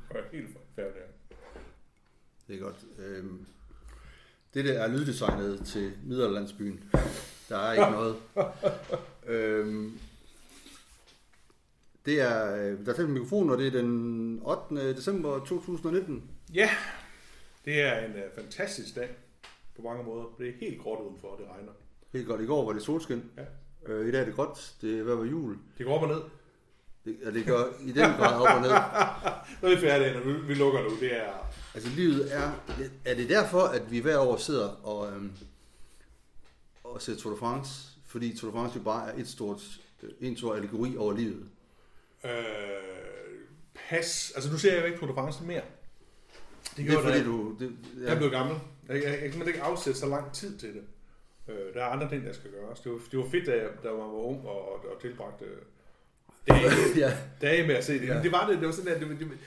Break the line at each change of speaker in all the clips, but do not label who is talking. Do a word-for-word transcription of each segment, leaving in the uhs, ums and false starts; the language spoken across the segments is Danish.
Det er helt færdigt.
Det er godt. Øhm, det der er lyddesignet til Middelalderlandsbyen. Der er ikke noget. øhm, det er, der er til mikrofon, og det er den ottende december to tusind nitten.
Ja, det er en uh, fantastisk dag på mange måder. Det er helt gråt udenfor, og det regner.
Helt godt. I går var det solskin. Ja. Øh, I dag er det gråt. Det er ved at være jul.
Det går op og ned.
Det, ja, det gør i den grad op og ned.
Nu er vi færdige, når vi lukker nu. Det er...
Altså livet er... Er det derfor, at vi hver år sidder og, øhm, og ser Tour de France? Fordi Tour de France jo bare er et stort, en stor allegori over livet.
Øh, pas. Altså nu ser jeg jo ikke Tour de France mere.
Det, det er fordi, du... Det, ja.
Jeg er blevet gammel. Jeg, jeg, jeg kan simpelthen ikke afsætte så lang tid til det. Øh, der er andre ting, der skal gøres. Det var, det var fedt, da jeg, da jeg var ung og, og, og tilbragte dage, ja. dage med at se det. Ja. Det var det. Det var sådan, at det, det,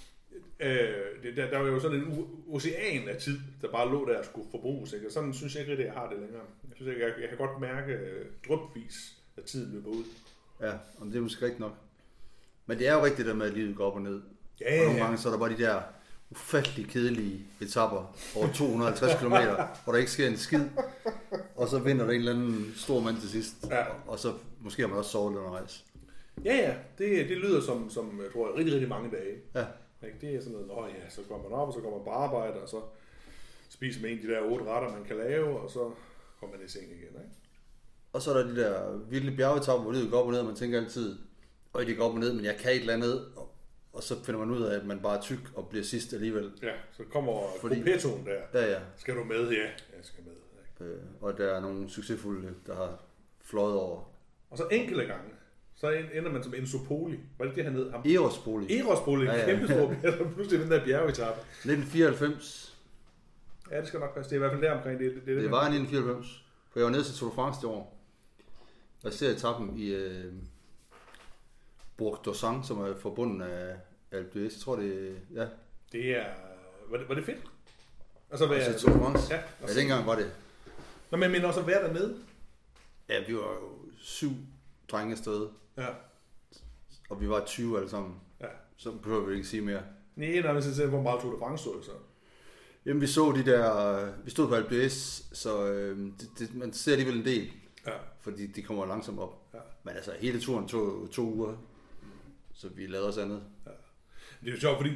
øh, det, der, der var jo sådan en ocean af tid, der bare lå der og skulle forbruges. Ikke? Og sådan synes jeg ikke rigtig, at jeg har det længere. Jeg synes ikke, jeg, jeg kan godt mærke øh, drypvis, at tiden løber ud.
Ja, og det er måske rigtigt nok. Men det er jo rigtigt, der med, at livet går op og ned.
Ja, ja,
og nogle gange så er der bare de der ufattelig kedelige etapper over to hundrede og halvtreds kilometer, hvor der ikke sker en skid, og så vinder der en eller anden stor mand til sidst, ja. Og så måske har man også sovet undervejs.
Ja, ja, det, det lyder som, som jeg tror, rigtig, rigtig mange dage.
Ja.
Det er sådan noget, åh ja, så går man op, og så går man på arbejde, og så spiser man en af de der otte retter, man kan lave, og så kommer man i seng igen, ikke?
Og så er der de der vilde bjergetapper, hvor livet går op og ned, og man tænker altid, øj, det går op og ned, men jeg kan et eller andet, og så finder man ud af, at man bare er tyk og bliver sidst alligevel.
Ja, så kommer gruppetoen der.
Ja, ja.
Skal du med? Ja, jeg skal med. Ja.
Øh, og der er nogle succesfulde, der har fløjet over.
Og så enkelte gange, så ender man som Enzo Poli. Var det det, han hed?
Eros Poli.
Eros Poli, en ja, ja. kæmpe stor bjerg, så pludselig den der bjergetappe.
nitten fireoghalvfems.
Ja, det skal nok passe. Det er i hvert fald der omkring det. Det, det,
det var i nitten fireoghalvfems. For jeg var nede til Tour de France det år. Jeg ser etappen i øh, Bourg d'Orsay, som er forbundet af Alpe d'Huez. Jeg tror det, ja.
Det er, var det, var det fedt? Altså, hvad
altså Tour de France?
Ja,
ja, dengang var det.
Nå, men, men også at være dernede?
Ja, vi var jo syv drenge afsted.
Ja.
Og vi var tyve alle sammen.
Ja.
Så behøver vi ikke sige mere.
Nej, nej, men så hvor meget Tour de France stod så?
Jamen, vi så de der, vi stod på Alpe d'Huez, så øh, det, det, man ser alligevel en del. Ja. Fordi de kommer langsomt op. Ja. Men altså, hele turen tog to uger, så vi lavede os andet. Ja.
Det er jo sjovt, fordi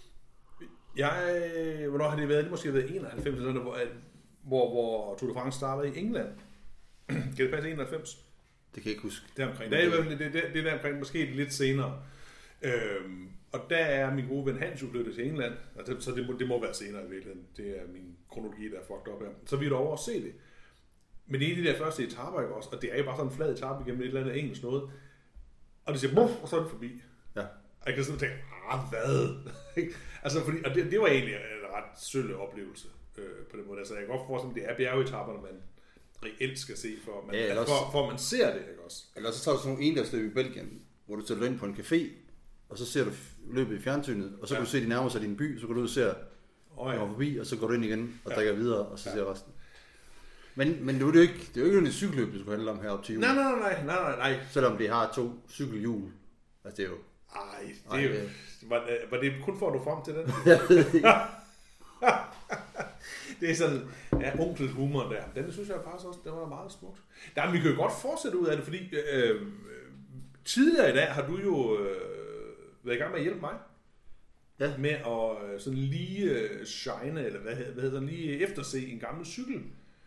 jeg, hvornår har det været? Det måske været enoghalvfems, hvor, hvor, hvor Tour de France startede i England. Kan det passe enoghalvfems?
Det kan jeg ikke huske.
Det er omkring. Det er, det, det, det er der omkring, måske lidt senere. Øhm, og der er min gode ven Hans jo flyttet til England, altså, så det må, det må være senere i virkeligheden. Det er min kronologi, der er fucked up her. Så vi er derovre og se det. Men det er de der første etaper, ikke også? Og det er jo bare sådan en flad etape igennem et eller andet engelsk noget. Og det siger, buff, og så er det forbi.
Ja.
Og jeg kan sådan tænke, ah, hvad? altså, fordi, og det, det var egentlig en ret sølle oplevelse øh, på den måde. Altså, jeg kan godt forestille, at det er bjergetaperne, man reelt skal se, for man, ja, også, for, for man ser det, ikke også?
Eller så tager du sådan nogle endagsløb i Belgien, hvor du sætter ind på en café, og så ser du løbet i fjernsynet, og så ja. Kan du se, de nærmer sig din by, så går du ud og ser, oh, ja. forbi, og så går du ind igen og ja. Drikker videre, og så ja. Ser resten. Men, men det er jo ikke, det er jo ikke en cykelløb, det skulle handle om heroppe til jul.
Nej, nej, nej, nej, nej, nej.
Selvom det har to cykelhjul. Altså det er jo...
Ej, det er jo... Ej, var, var det kun for at du frem til den?
Jeg ved ikke.
Det er sådan, ja, onkel humor der. Den synes jeg faktisk også, det var meget smukt. Der, vi kan jo godt fortsætte ud af det, fordi øh, tidligere i dag har du jo øh, været i gang med at hjælpe mig. Ja. Med at øh, sådan lige øh, shine, eller hvad, hvad hedder det, lige efterse en gammel cykel,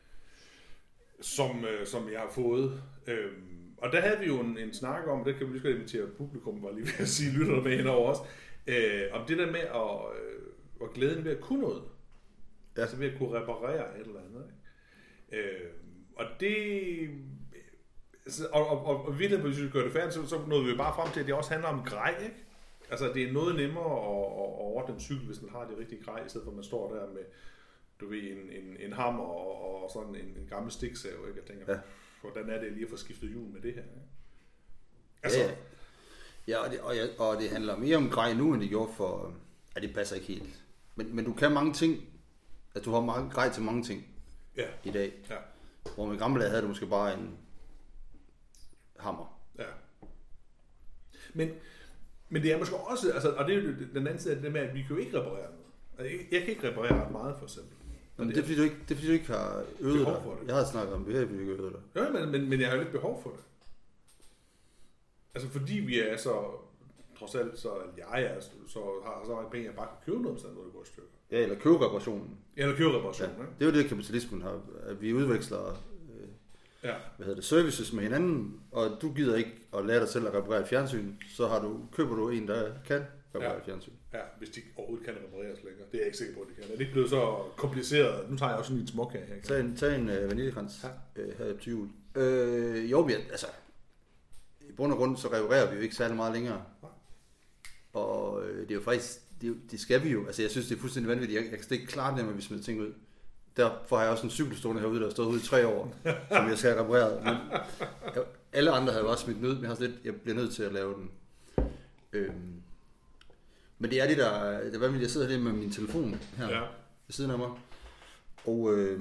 som, øh, som jeg har fået. Øh, og der havde vi jo en, en snak om, det kan vi lige skal invitere publikum, var lige ved at sige, lytter med henover også, øh, om det der med at, øh, at glæden ved at kunne noget. Ja. Altså ved at kunne reparere et eller andet. Ikke? Øh, og det... Og, og, og, og virkelig, hvis vi gør det færdigt, så, så nåede vi bare frem til, at det også handler om grej, ikke? Altså det er noget nemmere at, at, at ordne en cykel, hvis man har det rigtige grej, i stedet for at man står der med, du ved, en, en, en hammer og, og sådan en, en gammel stiksav, ikke? Jeg tænker, ja. Hvordan er det lige at få skiftet hjul med det her, ikke? Altså...
Ja, ja og, det, og, jeg, og det handler mere om grej nu, end det gjorde for... Ja, det passer ikke helt. Men, men du kan mange ting. At du har mange, grej til mange ting
ja.
I dag.
Ja.
Hvor med gamle dage havde du måske bare en hammer.
Ja. Men Men det er måske også, altså, og det er jo den anden side af det med, at vi kan jo ikke reparere noget. Altså, jeg kan ikke reparere ret meget, for eksempel.
Men det, det, er, fordi du ikke, det er fordi du ikke har øvet dig. Jeg har snakket om det her, fordi du ikke øvet dig.
Ja, men, men, men jeg har jo ikke behov for det. Altså fordi vi er så, trods alt, så jeg er, så har så mange penge, jeg bare kan købe noget, så noget, det går i stykker.
Ja, eller købe reparationen.
Ja, eller købe reparationen, ja.
Det er jo det, kapitalismen har, at vi udveksler øh,
ja.
hvad hedder det, services med hinanden, og du gider ikke at lære dig selv at reparere et fjernsyn, så har du, køber du en, der kan reparere
ja.
et fjernsyn.
Ja, hvis de overhovedet kan repareres længere. Det er jeg ikke sikker på, at de kan. Er det ikke blevet så kompliceret? Nu tager jeg også sådan en småkage her.
Tag en, tag en uh, vaniljekrans ja. øh, her til jul. Øh, jo, vi er, altså, i bund og grund, så reparerer vi jo ikke særlig meget længere. Ja. Og øh, det er jo faktisk, det, det skal vi jo. Altså, jeg synes, det er fuldstændig vanvittigt. Jeg, jeg kan slet ikke klare det, når vi smider ting ud. Derfor har jeg også en cykelstående herude, der har stået ude i tre år, som jeg skal have repareret. Men jeg, alle andre havde også smidt den ud, men jeg, har lidt, jeg bliver nødt til at lave den. Øhm, men det er det, der, det er vanvittigt. Jeg sidder her med min telefon her ja. ved siden af mig. Og øh,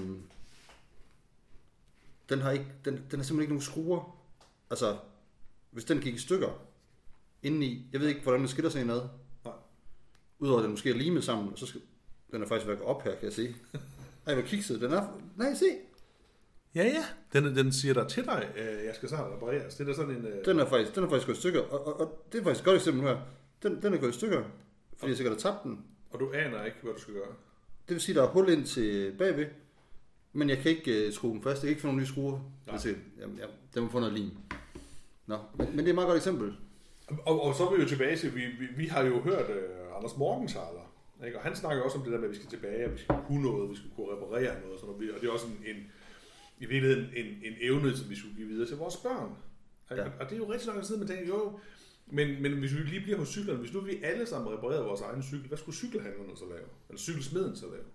den har ikke, den, den har simpelthen ikke nogen skruer. Altså, hvis den gik i stykker indeni, jeg ved ikke, hvordan den skiller sig indad. Nej. Udover at den måske er limet sammen, og så skal den er faktisk været op her, kan jeg se. Ej, hvor kikset. Den er... Nej, se.
Ja, ja. Den, den siger der til dig, øh, jeg skal så repareres. Det er sådan en... Øh...
Den er faktisk, den er faktisk gået i stykker, og, og, og det er faktisk et godt eksempel her. Den, den er gået i stykker, fordi og, jeg sikkert har tabt den.
Og du aner ikke, hvad du skal gøre?
Det vil sige, der er hul ind til bagved, men jeg kan ikke uh, skrue den fast. Jeg kan ikke få nogle nye skruer. Jamen, ja, den må få noget lim. Nå, men, men det er et meget godt eksempel.
Og, og så er vi jo tilbage til, vi, vi, vi har jo hørt uh, Anders Morgenthaler, ikke? Og han snakker også om det der med, at vi skal tilbage, og vi skal kunne noget, vi skal kunne reparere noget, og, sådan noget. Og det er også en, en i virkeligheden en, en evne, som vi skulle give videre til vores børn. Ja. Og det er jo rigtig nok at sidde med tænke, jo, men, men hvis vi lige bliver hos cyklerne, hvis nu vi alle sammen reparerede vores egen cykel, hvad skulle cykelhandlerne så lave? Eller cykelsmeden så lave?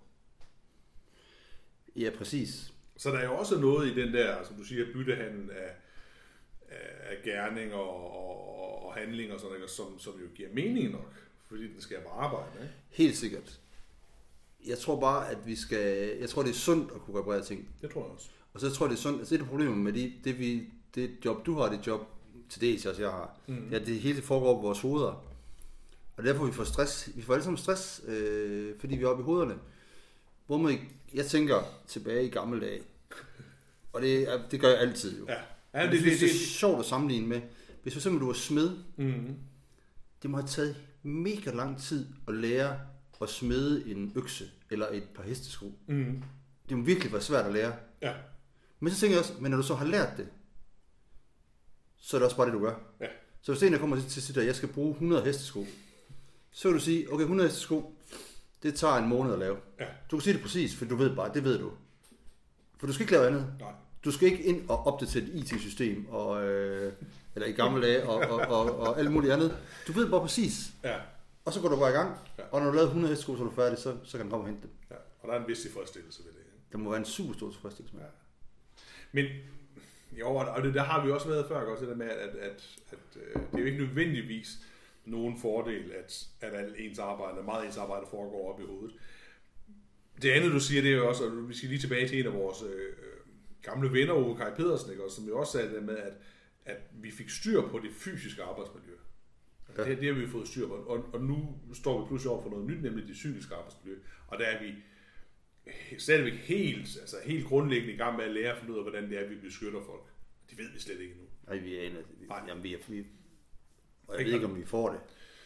Ja, præcis.
Så der er jo også noget i den der, som du siger, byttehandel af, af gerninger og, og, og handlinger, sådan noget, som, som jo giver mening nok, fordi den skal bare arbejde, ikke?
Helt sikkert. Jeg tror bare, at vi skal... Jeg tror, det er sundt at kunne reparere ting.
Det tror jeg også.
Og så tror jeg, det er sundt... Altså, det er det problemet med det, det, vi, det job, du har, det job, til det, også jeg har. Mm. Ja, det hele foregår på vores hoveder. Og derfor vi får stress. Vi får alle sammen stress, øh, fordi vi er oppe i hovederne. Hvor man, jeg tænker tilbage i gamle dage. Og det, det gør jeg altid jo. Ja. Ja, det, det, det, det, det er sjovt at sammenligne med. Hvis for eksempel du var smed, mm. det må have taget mega lang tid at lære at smede en økse eller et par hestesko. Mm. Det må virkelig være svært at lære. Ja. Men så tænker jeg også, men når du så har lært det, så er det også bare det, du gør. Ja. Så hvis en der kommer til at sige, at jeg skal bruge hundrede hestesko, så vil du sige, okay, hundrede hestesko, det tager en måned at lave. Ja. Du kan sige det præcis, for du ved bare, det ved du. For du skal ikke lave andet. Nej. Du skal ikke ind og opdatere et I T-system, og, øh, eller i gamle dage, og, og, og, og alt muligt andet. Du ved bare præcis. Ja. Og så går du bare i gang, ja. Og når du laver hundrede hestesko, så er du færdig, så, så kan du komme og hente dem.
Ja. Og der er en vis tilfredsstillelse ved det. Ikke?
Der må være en super stor tilfredsstillelse med. Ja.
Men jo, og det der har vi også været før, også det der med, at, at, at, at det er jo ikke nødvendigvis nogen fordel, at, at al ens arbejde, meget ens arbejde foregår op i hovedet. Det andet, du siger, det er jo også, at vi skal lige tilbage til en af vores øh, gamle venner, Ove Kaj Pedersen, ikke? Som jo også sagde det med, at, at vi fik styr på det fysiske arbejdsmiljø. Ja. Det, det har vi fået styr på, og, og nu står vi pludselig over for noget nyt, nemlig det psykiske arbejdsmiljø, og der er vi stadigvæk helt, altså helt grundlæggende i gang med at lære at finde ud af, hvordan det er, at vi beskytter folk. Det ved vi slet ikke endnu.
Nej, vi er ene. Jamen, vi er, vi, og jeg ved ikke, om vi får det.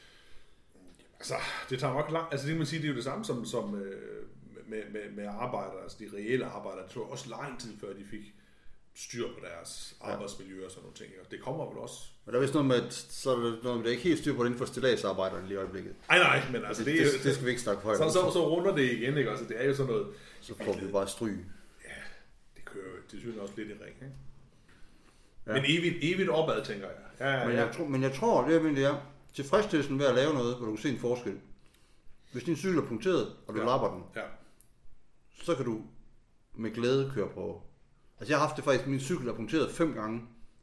Altså, det tager nok langt. Altså, det kan man sige, det er jo det samme som, som øh, med, med, med arbejdere, altså de reelle arbejdere. Det tog også lang tid, før de fik styr på deres arbejdsmiljø og sådan nogle ting. Og det kommer vel også.
Men der er vist noget med, at så er der, noget, der er ikke helt styr på det inden for stilladsarbejderne lige i øjeblikket.
Nej, nej, men altså det,
det, det, det skal vi ikke snakke højt.
Så, så, så runder det igen, ikke? Altså, det er jo sådan noget.
Så får vi bare stryg.
Ja, det kører jo. Det synes jeg også lidt i ring, ikke? Ja. Men evigt, evigt opad, tænker jeg. Ja, ja, ja.
Men, jeg tro, men jeg tror, det er, det er tilfredsstillelsen ved at lave noget, hvor du kan se en forskel. Hvis din cykel er punkteret, og du ja. lapper den, ja. så kan du med glæde køre på. Altså jeg har haft det faktisk, min cykel er punkteret fem gange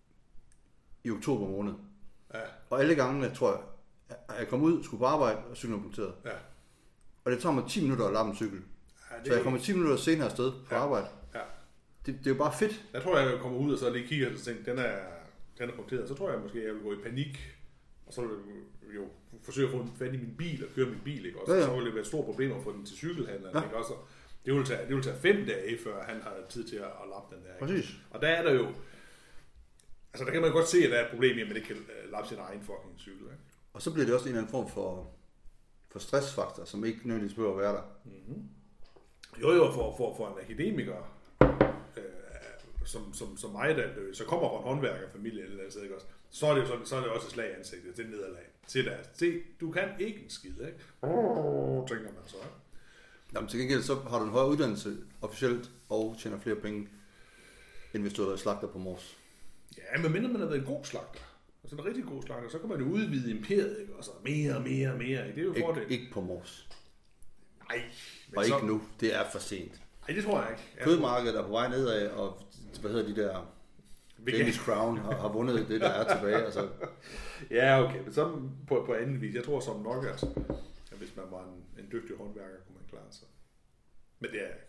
i oktober måned. Ja. Og alle gangene, tror jeg, at jeg kom ud, skulle på arbejde, og cyklen er punkteret. Ja. Og det tager mig ti minutter at lappe en cykel. Ja, så jeg kommer ti minutter senere afsted på ja. arbejde. Ja. Det, det er jo bare fedt.
Jeg tror, jeg kommer ud og så lige kigger og tænker, den er, den er punkteret. Så tror jeg måske, jeg vil gå i panik og så ville jeg jo forsøge at få fat i min bil og køre min bil, ikke? Også, ja, ja. Så ville det være et stort problem at få den til cykelhandleren, ja. Ikke? Også, det vil, tage, det vil tage fem dage, før han har tid til at, at lappe den der. Ikke?
Præcis.
Og der er der jo, altså der kan man godt se, at der er et problem i, at man ikke kan lappe sin egen fucking cykel. Ikke?
Og så bliver det også en eller anden form for, for stressfaktor, som ikke nødvendigvis behøver at være der.
Mm-hmm. Jo jo, for, for, for en akademiker, øh, som, som, som mig, der så kommer fra en håndværkerfamilie eller andet sted, ikke også? Så er det jo så, så er det også et slag i ansigtet, det er nederlag. Se der, se, du kan ikke en skid, ikke? Oh, tænker man så, ikke?
Jamen til gengæld, så har du en højere uddannelse officielt, og tjener flere penge, end hvis du har været slagter på Mors.
Ja, men mindre man har været en god slagter, altså en rigtig god slagter, så kan man jo udvide imperiet, ikke? Og så mere og mere og mere, ikke? Det er jo fordel.
Ikke, ikke på Mors.
Nej.
Og så... ikke nu, det er for sent.
Nej, det tror jeg ikke. Jeg
Kødmarkedet er på vej nedad, og hvad hedder de der... Danish Crown har, har vundet det, der er tilbage. Altså.
Ja, okay, men så på, på anden vis. Jeg tror som nok, altså, at hvis man var en, en dygtig håndværker, kunne man klare sig. Men det er jeg ikke.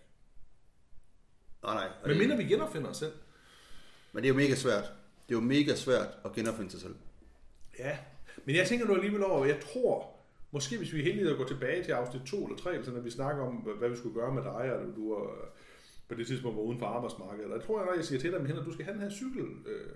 Nej, nej.
Men det... mindre vi genopfinder os selv.
Men det er jo mega svært. Det er jo mega svært at genopfinde sig selv.
Ja, men jeg tænker nu alligevel over, jeg tror, måske hvis vi er heldige at gå tilbage til afsnit to eller tre, så når vi snakker om, hvad vi skulle gøre med dig, og du var... på det tidspunkt var uden for arbejdsmarkedet. Og jeg tror, at jeg siger til dig, at du skal have den her cykel, øh,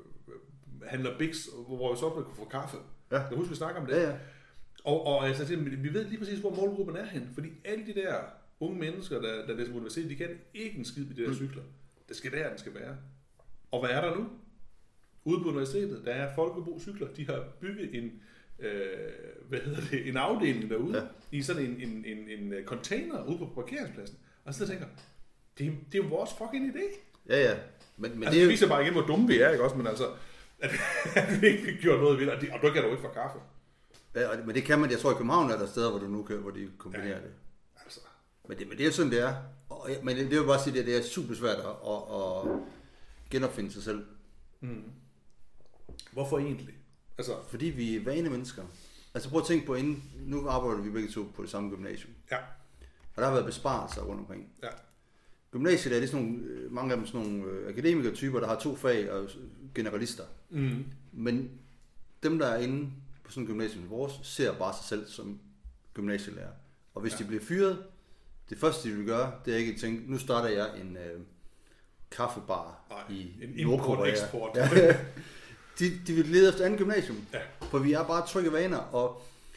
handler Bix, hvor vi så kunne få kaffe. Ja. Jeg husker, vi snakker om det. Ja, ja. Og, og altså, vi ved lige præcis, hvor målgruppen er hen. Fordi alle de der unge mennesker, der, der læser på universitetet, de kan ikke en skid med de der cykler. Det skal der, den skal være. Og hvad er der nu? Ude på universitetet, der er Folkebo Cykler. De har bygget en, øh, hvad hedder det, en afdeling derude, ja. I sådan en, en, en, en container ude på parkeringspladsen. Og så tænker Det, det er jo vores fucking idé.
Ja, ja. Men, men
altså, det, det viser bare igen, hvor dumme vi er, ikke også? Men altså, at, at vi ikke gjort noget ved det, og, de, og du kan du ikke få kaffe.
Ja, men det kan man, jeg tror i København er der steder, hvor du nu kan, hvor de kombinerer ja. det.
Altså.
Men det, men det er jo sådan, det er. Og, men det, det vil bare sige, at det er super svært at, at, at genopfinde sig selv.
Mm. Hvorfor egentlig? Altså.
Fordi vi er vane mennesker. Altså prøv at tænke på, inden, nu arbejder vi begge to på det samme gymnasium.
Ja.
Og der har været besparelser rundt omkring.
Ja.
Gymnasiet er det sådan nogle, mange af dem sådan nogle akademikertyper, der har to fag og generalister.
Mm.
Men dem, der er inde på sådan en gymnasium som vores, ser bare sig selv som gymnasielærer. Og hvis ja. de bliver fyret, det første de vil gøre, det er ikke at tænke, nu starter jeg en øh, kaffebar Ej, i Nordkorea. Ja. de, de vil lede efter anden gymnasium, ja. For vi er bare trygge vaner, og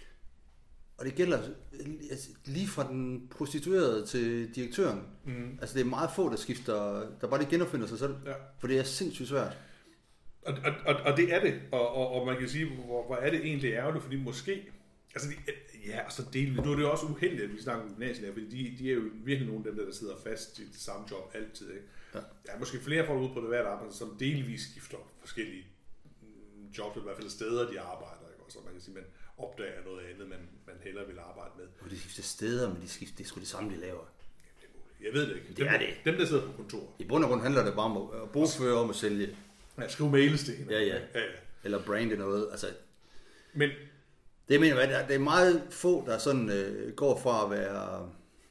Og det gælder lige fra den prostituerede til direktøren. Mm. Altså det er meget få, der skifter, der bare lige genopfinder sig selv. Ja. For det er sindssygt svært.
Og, og, og det er det. Og, og, og man kan sige, hvor, hvor er det egentlig ærgerligt, fordi måske... Altså, de, ja, altså delvis. Nu er det jo også uheldigt, at vi snakker om gymnasiet, fordi de, de er jo virkelig nogle af dem, der sidder fast i det samme job altid. Ikke? Ja. Der er måske flere folk ude på det hvert arbejde, som delvis skifter forskellige jobs, eller i hvert fald steder, de arbejder. Ikke? Så man kan sige, man opdager noget andet, man, man hellere vil arbejde med.
Og de skifter steder, men de skifter, det er sgu det samme, de laver.
Jamen, det er muligt. Jeg ved det ikke.
Det
dem,
er det.
Dem, der sidder på kontor.
I bund og grund handler det bare om at bogføre om at sælge.
Ja, skrive mails til hende.
Ja, ja, ja, ja. Eller brande noget. Altså,
men
det mener jeg, det er meget få, der sådan øh, går fra at være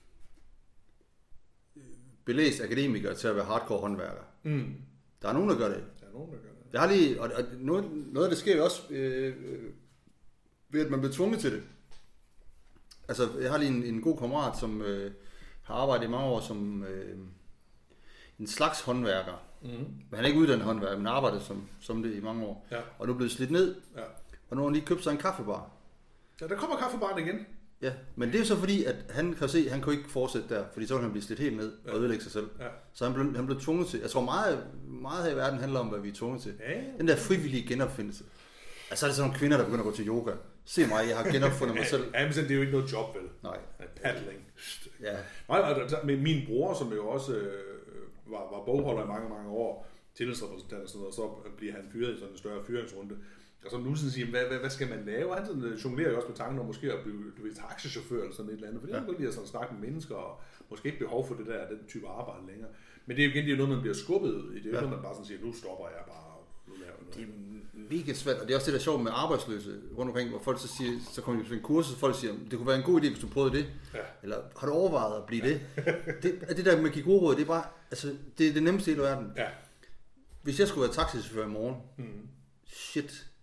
belæst akademiker til at være hardcore håndværker. Mm. Der er nogen, der gør det.
Der er nogen, der gør det.
Jeg har lige, og, og noget, noget af det sker jo også øh, ved, at man bliver tvunget til det. Altså, jeg har lige en, en god kammerat, som øh, har arbejdet i mange år som øh, en slags håndværker. Mm. Men han er ikke uddannet håndværker, men arbejdet som, som det i mange år. Ja. Og nu er blevet slidt ned. Ja. Og nu har han lige købt sig en kaffebar.
Ja, der kommer kaffebaren igen.
Ja, men det er jo så fordi, at han kan se, at han kunne ikke fortsætte der, fordi så ville han blive slidt helt ned og ja. ødelægge sig selv. Ja. Så han blev, han blev tvunget til, jeg tror meget, meget her i verden handler om, hvad vi er tvunget til. Ja. Den der frivillige genopfindelse. Altså så er det sådan nogle kvinder, der begynder at gå til yoga. Se mig, jeg har genopfundet mig selv.
Ja, men det er jo ikke noget job, vel?
Nej.
Paddling.
Ja.
Nej, med min bror, som jo også øh, var, var bogholder i mange, mange år, tillidsrepræsentant og sådan noget, og så bliver han fyret i sådan en større fyringsrunde. Og så nu sådan siger, hvad, hvad, hvad skal man lave? Han sådan, jonglerer jo også med tanken om måske at blive du ved, taxichauffør eller sådan et eller andet, fordi ja. han kan godt lide at sådan snakke med mennesker, og måske ikke behov for det der, den type arbejde længere. Men det er jo igen det er noget, man bliver skubbet i. Det er jo ja. noget, man bare sådan siger, nu stopper jeg bare. Nu laver noget.
Det er mega svært, og det er også det, der er sjovt med arbejdsløse rundt omkring, hvor folk så siger, så kommer de på en kursus, og folk siger, det kunne være en god idé, hvis du prøvede det. Ja. Eller har du overvejet at blive ja. det? det? Det der med at give gode råd, det er bare, altså, det er det nemmeste i hele verden. Ja. Hvis jeg skulle være taxichauffør i morgen, mm. shit,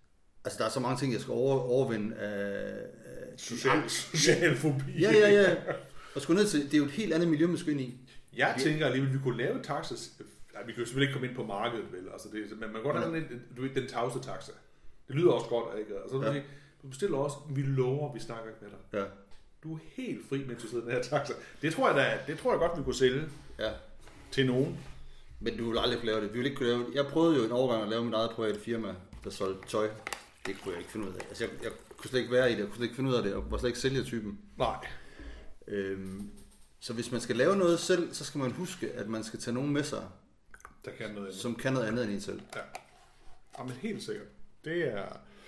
Altså, der er så mange ting, jeg skal over, overvinde af...
Social, social fobi.
Ja, ja, ja. Og skulle ned til, det er jo et helt andet miljø, man skal ind i.
Jeg tænker alligevel, at vi kunne lave taxas. Nej, vi kan jo selvfølgelig ikke komme ind på markedet, vel? Altså, det, men man kan godt have sådan en, du ved, den tavse taxa. Det lyder også godt, ikke? Altså, ja. Du bestiller også, vi lover, vi snakker ikke med dig. Ja. Du er helt fri, mens du sidder i den her taxa. Det tror jeg, da, det tror jeg godt, vi kunne sælge ja. til nogen.
Men du vil aldrig kunne lave det. Vi vil ikke kunne lave det. Jeg prøvede jo en overgang at lave mit eget private firma, der solgte tøj. Det kunne jeg ikke finde ud af. Altså, jeg, jeg kunne slet ikke være i det. Jeg kunne slet ikke finde ud af det. Jeg var slet ikke sælgertypen.
Nej.
Øhm, så hvis man skal lave noget selv, så skal man huske, at man skal tage nogen med sig,
der kan noget andet.
Som kan noget andet end en selv.
Ja. Jamen helt sikkert. Det er...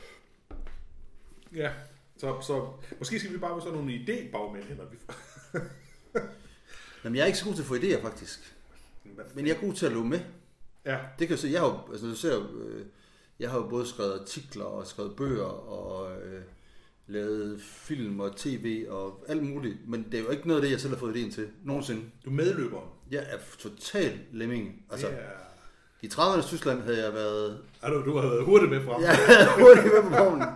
Ja, så, så måske skal vi bare have sådan nogle idébagmænd hen, vi
Jamen, jeg er ikke så god til at få idéer, faktisk. Men jeg er god til at love med.
Ja.
Det kan jeg se. Jeg har jo, altså, du ser, øh, jeg har jo både skrevet artikler og skrevet bøger og øh, lavet film og tv og alt muligt. Men det er jo ikke noget af det, jeg selv har fået idéen til nogensinde.
Du medløber.
Jeg er total lemming. Altså,
yeah.
I tredivernes Tyskland havde jeg været...
Ja, du, du har været hurtigt med frem.
Ja, hurtigt med på vognen.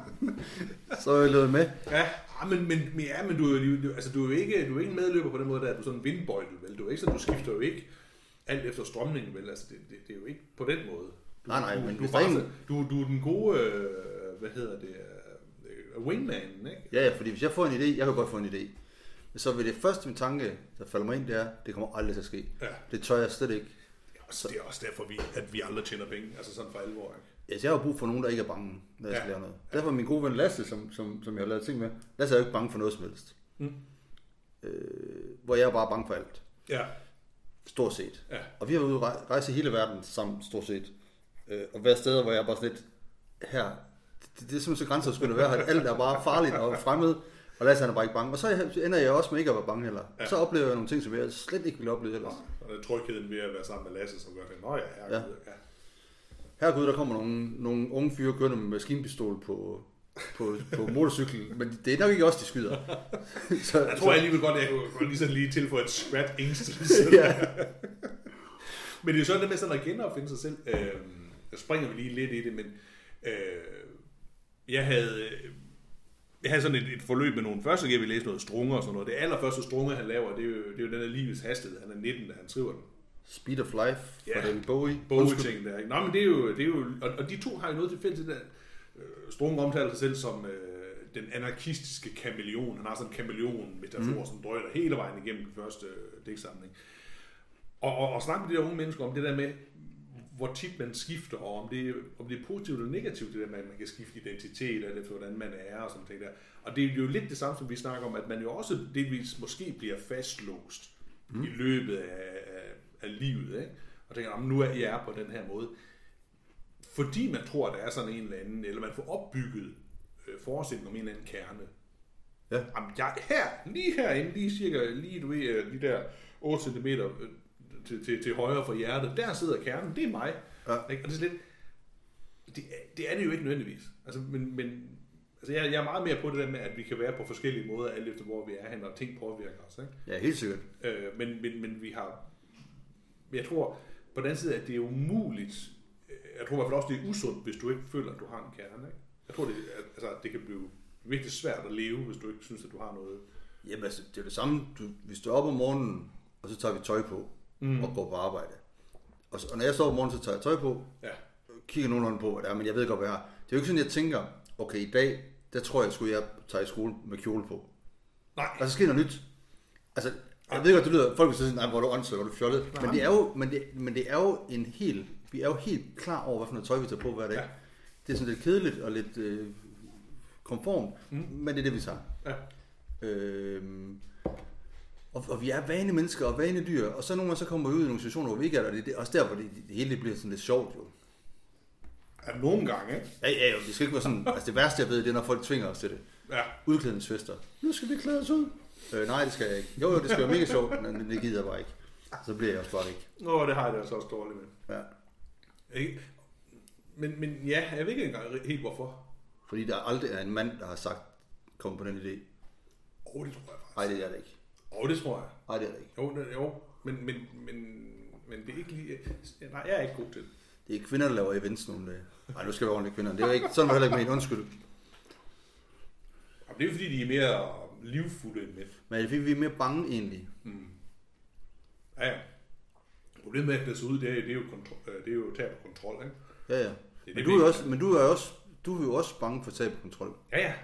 Så er jeg løbet med.
Ja, men, men, ja, men du, du, altså, du, er jo ikke, du er ikke medløber på den måde, der er du sådan en vindbøjtel, vel? Du er ikke sådan, du skifter jo ikke alt efter strømningen, vel? Altså, det, det, det er jo ikke på den måde. Du,
nej, nej,
du,
men
du, bare, en... du, du er den gode, øh, hvad hedder det, uh, wingmanen, ikke?
Ja, ja, fordi hvis jeg får en idé, jeg kan godt få en idé. Så vil det første min tanke, der falder mig ind, det er, det kommer aldrig til at ske. Ja. Det tør jeg slet ikke.
Så det er også derfor, vi, at vi aldrig tjener penge, altså sådan for alvor, ikke?
Ja, jeg har brug for nogen, der ikke er bange, når jeg ja. skal lave noget. Derfor er min gode ven Lasse, som, som, som jeg har lavet ting med, Lasse er jo ikke bange for noget som helst. Mm. Øh, hvor jeg er bare bange for alt.
Ja.
Stort set.
Ja.
Og vi har været ude at rejse i hele verden sammen, stort set. Øh, og hver steder, hvor jeg er bare sådan lidt, her, det, det er simpelthen så grænseoverskridende at være her. Alt er bare farligt og fremmed, og Lasse han er bare ikke bange. Og så ender jeg også med ikke at være bange heller. Ja. Så oplever jeg nogle ting, som jeg slet ikke ville opleve ellers.
Og det er trygheden ved at være sammen med Lasse, som gør det. Nå ja, herregud. Ja. Ja.
Herregud, der kommer nogle, nogle unge fyre kørende med maskinpistol på, på, på motorcykel, men det er nok ikke også de skyder.
så, jeg tror så... alligevel godt, at jeg kunne lige, sådan lige tilføje et skvat ængstelse. ja. Men det er jo sådan det med sådan at genopfinde sig selv. Øh, jeg springer vi lige lidt i det, men øh, jeg havde... Jeg havde sådan et, et forløb med nogle første gang, vi læste noget Strunge og sådan noget. Det allerførste Strunge, han laver, det er jo, det er jo den der livets hastighed. Han er nitten, da han skriver den.
Speed of Life fra
ja,
den Bowie.
Bowie-ting der, ikke? Nå, men det er jo... Det er jo og, og de to har jo noget til fælles. Strunge omtaler sig selv som øh, den anarkistiske kameleon. Han har sådan en kameleon-metafor, mm. som drøjer hele vejen igennem den første øh, digtsamling. Og, og, og snakke med de der unge mennesker om det der med, hvor tit man skifter, og om det, om det er positivt eller negativt, det der med, at man kan skifte identitet, eller efter hvordan man er, og sådan ting der. Og det er jo lidt det samme, som vi snakker om, at man jo også delvis måske bliver fastlåst mm. i løbet af, af, af livet, ikke? Og tænker, nu er jeg på den her måde. Fordi man tror, at der er sådan en eller anden, eller man får opbygget øh, forestilling om en eller anden kerne. Ja. Jamen, jeg, her, lige herinde, lige cirka, lige du ved, de der otte centimeter øh, Til, til, til højre for hjertet, der sidder kernen, det er mig. Ja. Ikke? Og det er lidt, det, det er det jo ikke nødvendigvis. Altså, men, men altså jeg, jeg er meget mere på det der med, at vi kan være på forskellige måder, alt efter hvor vi er hen, og ting påvirker os. Ikke?
Ja, helt sikkert.
Øh, men, men, men vi har, jeg tror på den anden side, at det er umuligt, jeg tror i hvert fald også, det er usundt, hvis du ikke føler, at du har en kerne. Ikke? Jeg tror, det, altså, det kan blive virkelig svært at leve, hvis du ikke synes, at du har noget.
Jamen altså, det er det samme, du, hvis du er oppe om morgenen, og så tager vi tøj på, Mm. og går på arbejde. Og, så, og når jeg står om morgenen, så tager jeg tøj på, ja. kigger nogenlunde på, hvad det er, men jeg ved godt, hvad jeg har. Det er jo ikke sådan, jeg tænker, okay, i dag, der tror jeg, skulle jeg tage i skole med kjole på.
Nej.
Og så sker noget nyt. Altså, jeg ved godt, det lyder, folk vil sige, nej, hvor er du åndssvagt, hvor er du fjollet. Men det er jo, men det, men det er jo en helt, vi er jo helt klar over, hvad for noget tøj vi tager på hver dag. Ja. Det er sådan lidt kedeligt og lidt øh, konformt, mm. men det er det, vi tager. Ja. Øhm, Og, og vi er vane mennesker og vane dyr, og så nogle gange så kommer vi ud i nogle situationer, hvor vi ikke er der, og det er også der, hvor det, det hele bliver sådan lidt sjovt jo.
Ja, nogle gange, ikke?
Ja, ja, jo, det skal ikke være sådan, altså det værste jeg ved, det er, når folk tvinger os til det.
Ja.
Udklædningsfester. Nu skal vi klæde os ud. Øh, nej, det skal jeg ikke. Jo, jo, det skal være mega sjovt, men det gider jeg bare ikke. Så bliver jeg også bare ikke.
Åh, det har jeg det altså også dårligt med. Ja. Ikke? Men, men ja, jeg ved ikke engang helt hvorfor.
Fordi der aldrig er en mand, der har sagt, kom på den idé.
Åh, oh, det tror jeg faktisk.
Nej, det er det ikke.
Åh, oh, det tror jeg.
Nej, det er det ikke.
Jo, det, jo men, men, men, men det er ikke lige... Nej, jeg er ikke god til det.
det er kvinder, der laver events nogle dage. Nej, nu skal vi ordentligt kvinder. Det er ikke, sådan var heller ikke med en undskyld.
Det er jo fordi, de er mere livfulde end mænd.
Men det er fordi, vi er mere bange egentlig.
Mm. Ja, ja. Problemet med at det ser ud, det er, det er jo, kontro- det er jo tab på kontrol, ikke?
Ja, ja.
Det
men,
det
du er også, men du er også, du er jo også bange for tab på kontrol.
Ja, ja.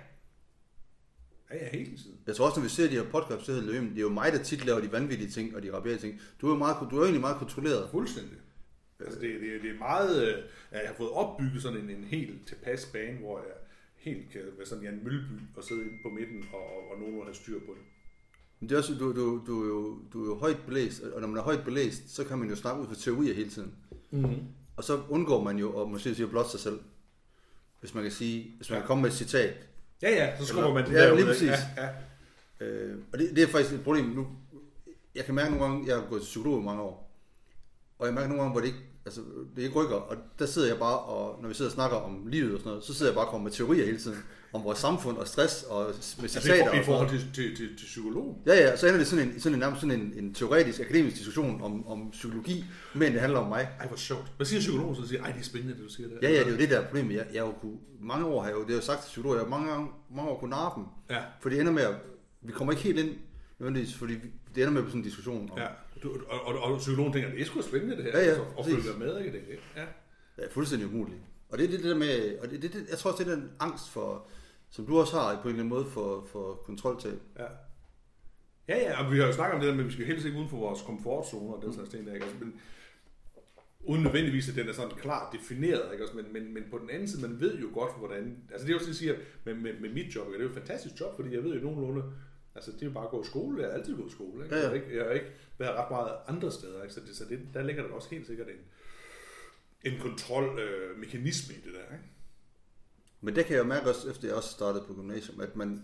Ja, ja, hele tiden.
Jeg tror også, når vi ser de her podcasts, det er jo mig, der tit laver de vanvittige ting og de rabiate ting. Du er jo meget, du er jo egentlig meget kontrolleret.
Fuldstændig. Altså, det, det, det er meget... Jeg har fået opbygget sådan en, en helt tilpas bane, hvor jeg helt kan være sådan Jan Mølby og sidde inde på midten, og, og nogen har styr på det.
Men det er også, du, du, du, er jo, du er jo højt belæst, og når man er højt belæst, så kan man jo snakke ud for teorier hele tiden. Mm-hmm. Og så undgår man jo at måske sige blot sig selv. Hvis man kan sige, hvis man kan komme med et citat.
Ja, ja, så skubber man det
ja,
der
lige
ud.
præcis.
Ja, ja.
Øh, og det, det er faktisk et problem nu. Jeg kan mærke nogle gange, jeg har gået til psykolog i mange år, og jeg mærker nogle gange, hvor det ikke, altså, det ikke rykker, og der sidder jeg bare, og når vi sidder og snakker om livet og sådan noget, så sidder jeg bare og kommer med teorier hele tiden, om vores samfund og stress og med citater.
Altså i forhold til, til, til, til psykolog?
Ja, ja, så ender det sådan en, sådan en, nærmest sådan en, en teoretisk, akademisk diskussion om, om psykologi, men det handler om mig.
Ej, hvor sjovt. Hvad siger psykologen, så siger, ej, det er spændende, det du siger der.
Ja, ja, det er jo det der er problemet. Jeg, jeg har jo kunne, mange år har jeg jo, det har jeg jo sagt til psykologer, jeg har mange, gange, mange år kunne narre dem,
ja.
For det ender med at, vi kommer ikke helt ind, nødvendigvis, fordi det ender med på sådan en diskussion. Om,
ja, du, og, og, og psykologen tænker, det er sgu spændende det her,
ja, ja,
altså, og følge med, ikke det? Ja,
ja, fuldstændig umuligt. Og det er det, det der med, og det, det, det, jeg tror også, det er den angst for, som du også har på en eller anden måde for, for kontroltab.
Ja. Ja, ja, og vi har jo snakket om det der med, at vi skal helst ikke uden for vores komfortzone og den slags ting der, ikke? Men uden nødvendigvis, at den er sådan klart defineret, ikke? Men, men, men på den anden side, man ved jo godt, hvordan... Altså det er jo sådan, jeg siger, med, med, med mit job, det er jo et fantastisk job, fordi jeg ved jo nogenlunde... Altså det er jo bare at gå i skole, jeg har altid gået i skole, ikke? Ja, ja. Jeg, har ikke, jeg har ikke været ret meget andre steder, ikke? Så, det, så det, der ligger der også helt sikkert en, en kontrolmekanisme øh, i det der, ikke?
Men det kan jeg jo mærke også, efter jeg også startede på gymnasium, at man...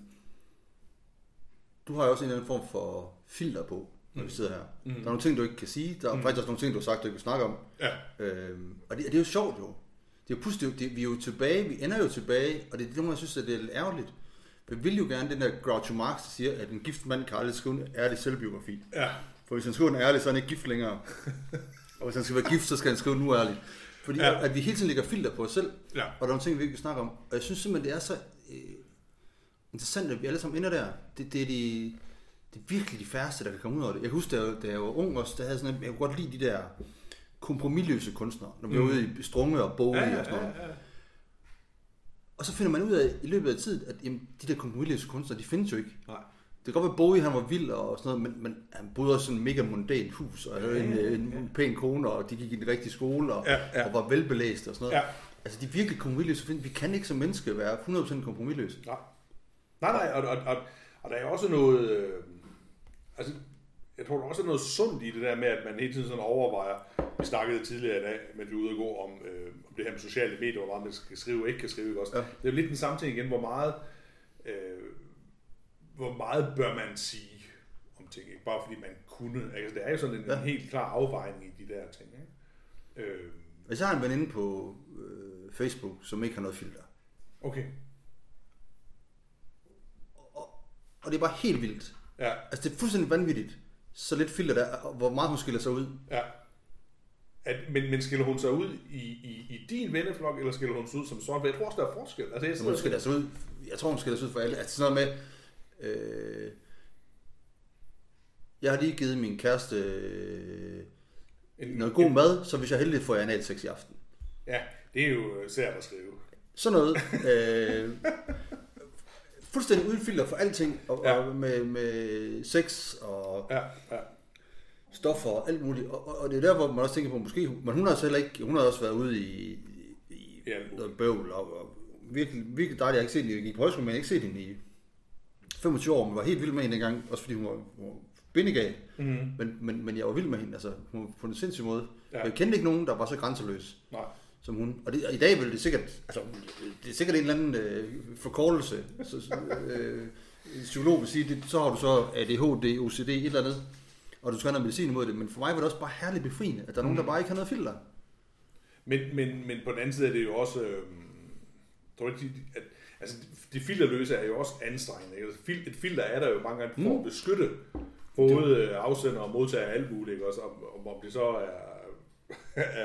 Du har jo også en eller anden form for filter på, når mm. vi sidder her. Mm. Der er nogle ting, du ikke kan sige. Der er mm. faktisk også nogle ting, du har sagt, du ikke vil snakke om.
Ja.
Øhm, og det, det er jo sjovt jo. Det er jo pludselig, det, vi er jo tilbage, vi ender jo tilbage, og det er det, jeg synes, at det er lidt ærgerligt. Vi vil jo gerne den der Groucho Marx, der siger, at en gift mand kan aldrig skrive en ærlig selvbiografi.
Ja.
For hvis han skriver en ærlig, så er han ikke gift længere. Og hvis han skal være gift, så skal han skrive nu ærligt. Fordi ja. At vi hele tiden lægger filter på os selv, ja. Og der er nogle ting, vi ikke vil snakke om. Og jeg synes simpelthen, det er så øh, interessant, at vi alle sammen ender der. Det, det, er de, det er virkelig de færreste, der kan komme ud af det. Jeg husker, da jeg, da jeg var ung også, der havde sådan, jeg kunne godt lide de der kompromisløse kunstnere, når vi mm. var ude i Strunge og Boge ja, ja, og sådan noget. Ja, ja. Og så finder man ud af i løbet af tid, at jamen, de der kompromisløse kunstnere, de findes jo ikke. Nej. Det kan godt være, at Bowie, han var vild og sådan noget, men, men han boede også sådan en mega mundant hus, og havde ja, en, ja. en pæn kone, og de gik i den rigtige skole, og, ja, ja. og var velbelæst og sådan noget. Ja. Altså, de er virkelig kompromisløse. Vi kan ikke som menneske være hundrede procent kompromisløse.
Nej, nej, nej og, og, og, og der er også noget... Øh, altså, jeg tror, der også er noget sundt i det der med, at man hele tiden sådan overvejer, vi snakkede tidligere i dag, men vi er ude og gå om, øh, om det her med sociale medier, hvor meget man skal skrive og ikke kan skrive, ikke også? Ja. Det er jo lidt den samme ting igen, hvor meget... Øh, hvor meget bør man sige om ting, ikke? Bare fordi man kunne. Altså, det er jo sådan en, ja. en helt klar afvejning i de der ting. Ikke? Øh.
Hvis jeg har en veninde på øh, Facebook, som ikke har noget filter.
Okay.
Og, og det er bare helt vildt.
Ja.
Altså det er fuldstændig vanvittigt. Så lidt filter der, og hvor meget hun skiller sig ud.
Ja. At, men, men skiller hun sig ud i, i, i din venneflok, eller skiller hun sig ud som sådan? Jeg tror også, der er forskel. Altså, jeg,
hun skiller sig ud. Jeg tror, hun skiller sig ud for alle. Altså sådan noget med... Øh, jeg har lige givet min kæreste øh, en, noget god en, mad, så hvis jeg er heldig, får jeg analsex i aften.
Ja, det er jo svært at skrive.
Sådan noget. øh, fuldstændig uden filter for alting, og, ja. og med, med sex og
ja, ja.
stoffer og alt muligt. Og, og det er der, hvor man også tænker på, måske, men hun har så heller ikke, hun har også været ude i, i ja, noget bøvl, og, og virkelig, virkelig dejligt. Jeg har ikke set hende, jeg gik på højskole, men jeg har ikke set hende i femogtyve år, men var helt vild med hende dengang, også fordi hun var, var bindegal, mm-hmm. men, men, men jeg var vild med hende, altså hun var på en sindssyg måde. Ja. Jeg kendte ikke nogen, der var så grænseløs Nej. som hun. Og, det, og i dag vil det sikkert, altså det er sikkert en eller anden øh, forkortelse, så, øh, en psykolog vil sige, det, så har du så A D H D, O C D, et eller andet, og du skal have noget medicin imod det, men for mig var det også bare herligt befriende, at der er nogen, mm. der bare ikke har noget filter.
Men, men, men på den anden side er det jo også, øh, tror ikke, at altså, det filterløse er jo også anstrengende. Et filter er der jo mange gange for at beskytte både afsender og modtager af alt muligt, ikke? Også, om, om det så er, er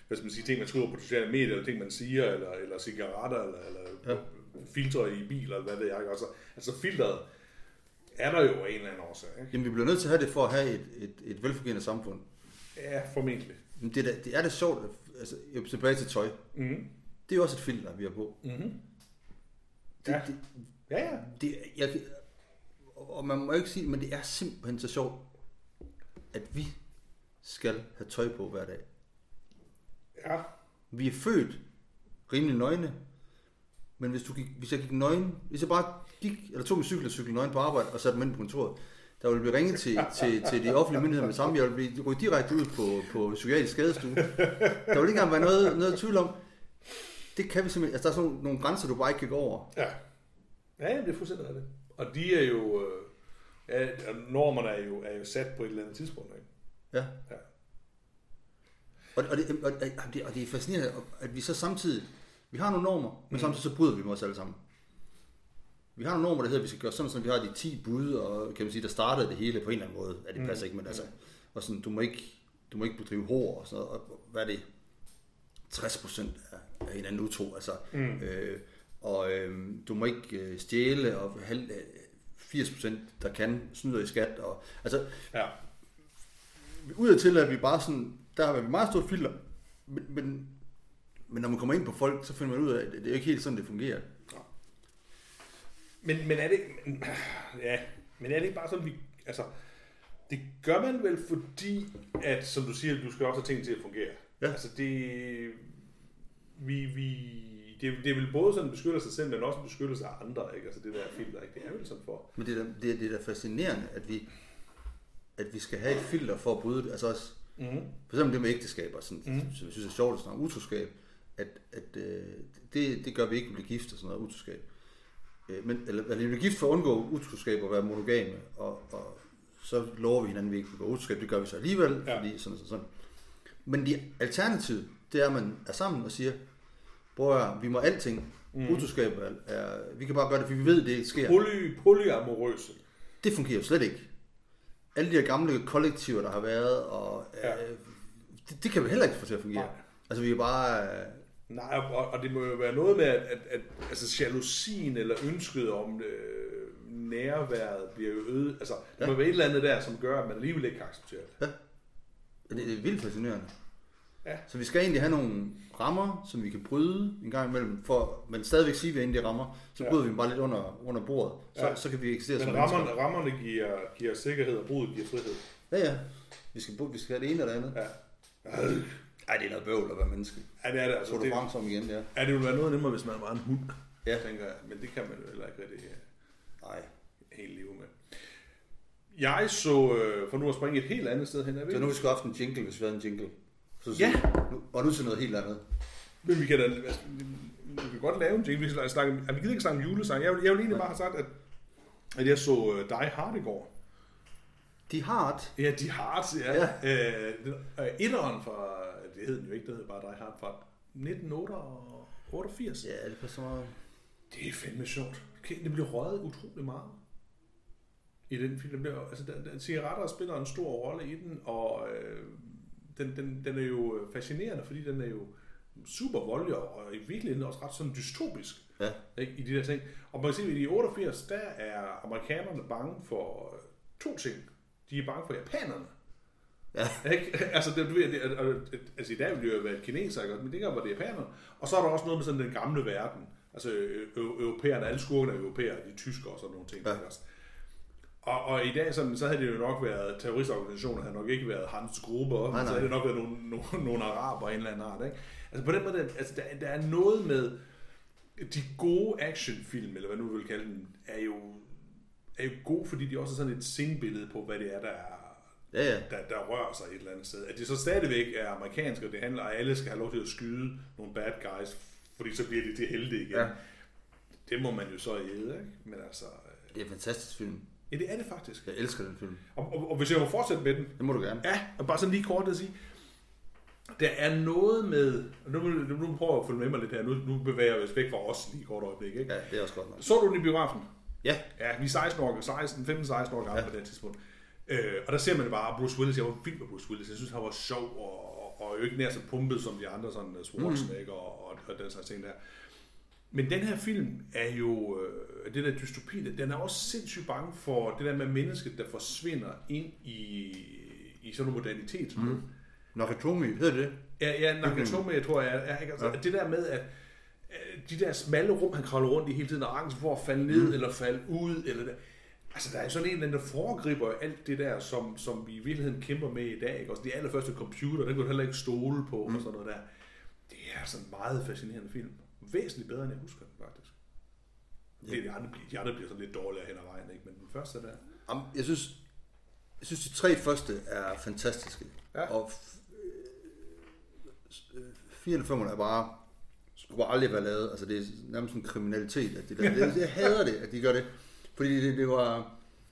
hvad skal man sige, ting, man skriver på sociale medier, eller ting, man siger, eller, eller cigaretter, eller, eller ja. filtre i biler, eller hvad ved jeg. Altså, altså filteret er der jo en eller anden årsag. Ikke?
Jamen, vi bliver nødt til at have det for at have et, et, et velfungerende samfund.
Ja, formentlig.
Men det, er, det er det sjovt, altså, jeg er tilbage til tøj.
Mm-hmm.
Det er jo også et filter, vi har på.
Mm-hmm.
Det,
ja.
Det,
ja, ja.
Det, jeg, og man må ikke sige, men det er simpelthen så sjovt, at vi skal have tøj på hver dag.
Ja.
Vi er født rimelig nøgne, men hvis, du gik, hvis jeg gik nøgen, hvis jeg bare gik, eller tog min cykel og cyklede nøgen på arbejde og satte mig ind på kontoret, der ville blive ringet til, til, til de offentlige myndigheder med det samme. Jeg ville blive rykket direkte ud på, på psykiatrisk skadestue. Der ville ikke engang være noget, noget tvivl om. Det kan vi simpelthen, altså der er sådan nogle, nogle grænser, du bare ikke kan gå over.
Ja, ja det er fuldstændig det. Og de er jo, ja, normerne er jo, er jo sat på et eller andet tidspunkt. Ikke?
Ja. ja. Og, og, det, og, og, det, og det er fascinerende, at vi så samtidig, vi har nogle normer, men mm. samtidig så bryder vi med os alle sammen. Vi har nogle normer, der hedder, at vi skal gøre sådan, som vi har de ti bud, og kan man sige, der startede det hele på en eller anden måde. Ja, det passer mm. ikke, men altså, og sådan, du må ikke, du må ikke bedrive hår og sådan noget, og hvad er det? tres procent af hinanden utro, altså, mm. øh, og øh, du må ikke øh, stjæle, og halv, firs procent der kan snyde i skat, og altså,
ja.
Udadtil er vi bare sådan, der har vi meget stort filter, men, men, men når man kommer ind på folk, så finder man ud af, at det er ikke helt sådan, det fungerer.
Ja. Men, men er det, men, ja, men er det ikke bare sådan, vi, altså, det gør man vel fordi, at, som du siger, du skal også have ting til at fungere. Ja. Altså det, vi, vi, det, det er vel både sådan beskytter sig selv, men også beskytter sig af andre, ikke? Altså det der filter, ikke? Det er vel sådan for.
Men det er da, det er, det er da fascinerende, at vi, at vi skal have et filter for at bryde det. Altså også, mm-hmm. for eksempel det med ægteskaber, sådan, mm-hmm. som jeg synes er sjovt at snakke utroskab, at, at øh, det, det gør vi ikke, at blive gift og sådan noget utroskab. Øh, men, eller, eller vi bliver gift for at undgå utroskab og være monogame, og, og så lover vi hinanden, at vi ikke begår utroskab. Det gør vi så alligevel, ja. Fordi sådan og sådan. Men det alternativ, det er, at man er sammen og siger, bror, vi må alting. Mm. Utroskab er, er, vi kan bare gøre det, for vi ved, det ikke sker.
Poly, polyamorøse.
Det fungerer jo slet ikke. Alle de her gamle kollektiver, der har været, og ja. øh, det, det kan vi heller ikke få til at fungere. Nej. Altså vi er bare... Øh,
Nej, og, og det må jo være noget med, at, at, at altså, jalousien eller ønsket om øh, nærværet bliver jo øget. Altså, det ja. må være et eller andet der, som gør, at man alligevel ikke kan acceptere det.
Ja, det, det er vildt fascinerende.
Ja.
Så vi skal egentlig have nogle rammer, som vi kan bryde en gang imellem, for, men stadigvæk sige, at vi er inde i de rammer, så bryder ja. vi dem bare lidt under, under bordet, så, ja. så kan vi eksistere som
rammerne, mennesker. Rammerne giver, giver sikkerhed, og brudet giver frihed.
Ja, ja. Vi skal, vi skal have det ene eller det andet. Ja. Ej, det er noget bøvl at være menneske.
Ja, det er det. Altså,
så du frem som igen, ja.
Ja, det ville være noget nemmere, hvis man var en hund, ja. tænker jeg. Men det kan man jo heller ikke rigtig
Nej.
helt leve med. Jeg så, for nu at springe et helt andet sted hen.
Så nu vi skal have en jingle, hvis vi havde en jingle. Så
ja.
Nu, og nu til noget helt andet.
Men vi kan da, vi kan godt lave en jingle. Vi kan snakke, vi gider ikke snakke om julesang. Jeg vil, jeg vil egentlig bare have sagt, at, at jeg så Die Hard i går.
Die Hard?
Ja, Die Hard, ja. ja. Øh, etteren fra, det hed den jo ikke, det hed bare Die Hard fra nitten otteogfirs.
Ja, det er så meget.
Det er fandme sjovt. Det bliver røget utrolig meget i den film. Bliver, altså, den, den, cigaretter spiller en stor rolle i den, og øh, den, den, den er jo fascinerende, fordi den er jo super voldelig, og i virkeligheden også ret sådan dystopisk,
ja.
ikke, i de der ting. Og man kan se, at i otteogfirs, der er amerikanerne bange for to ting. De er bange for japanerne. Ja. Ikke? Altså, det, det, altså, i dag ville det jo være kineser, men det kan være japanerne. Og så er der også noget med sådan den gamle verden. Altså, europæerne, alle skurkene er europæere, de tyskere og sådan nogle ting. Ja. Og, og i dag, så, så havde det jo nok været, terroristorganisationer havde nok ikke været Hans Gruber, nej, nej. Så havde det nok været nogle, nogle, nogle araber af en eller anden art. Ikke? Altså på den måde, altså, der, der er noget med de gode actionfilm, eller hvad nu vil kalde dem, er jo, er jo gode, fordi de også er sådan et sindbillede på, hvad det er, der er,
ja, ja.
Der, der rører sig et eller andet sted. At det så stadigvæk er amerikansk, og det handler, at alle skal have lov til at skyde nogle bad guys, fordi så bliver de til helte igen. Ja. Det må man jo så æde, ikke? Men altså...
Det er en fantastisk film.
Ja, det er det faktisk.
Jeg elsker den film.
Og, og, og hvis jeg må fortsætte med den...
Det må du gerne.
Ja, og bare sådan lige kort at sige... Der er noget med... Nu, nu, nu prøver jeg at følge med mig lidt her. Nu, nu bevæger jeg os væk fra os lige kort øjeblik, ikke?
Ja, det er også godt nok.
Så du den i biografen?
Ja.
Ja, vi er seksten år, seksten, femten seksten år gamle ja. På det tidspunkt. Øh, og der ser man bare Bruce Willis. Jeg var vild med Bruce Willis. Jeg synes, han var sjov og, og, og jo ikke nær så pumpet som de andre, sådan Schwarzenegger mm. og, og, og den slags ting der. Men den her film er jo, øh, det der dystopi, den er også sindssygt bange for det der med mennesket, der forsvinder ind i, i sådan en modernitet. Mm.
Nakatomi, hedder det?
Ja, ja Nakatomi, jeg tror jeg er. Ikke? Altså, ja. Det der med, at de der smalle rum, han kravler rundt i hele tiden, og angst for at falde ned, mm. eller falde ud, eller der. Altså, der er sådan en, der foregriber alt det der, som, som vi i virkeligheden kæmper med i dag. Ikke? Også de allerførste computer, den kan du heller ikke stole på, mm. og sådan noget der. Det er sådan en meget fascinerende film. Væsentligt bedre, end jeg husker den, faktisk. Ja. Det, de, andre, de andre bliver sådan lidt dårligere hen ad vejen, ikke? Men den første der...
Jamen, jeg synes, jeg synes, de tre første er fantastiske. Ja. Og fire og femmerne er bare... skulle bare aldrig være lavet. Altså, det er nærmest en kriminalitet, at de der... det, jeg hader det, at de gør det. Fordi det, det var...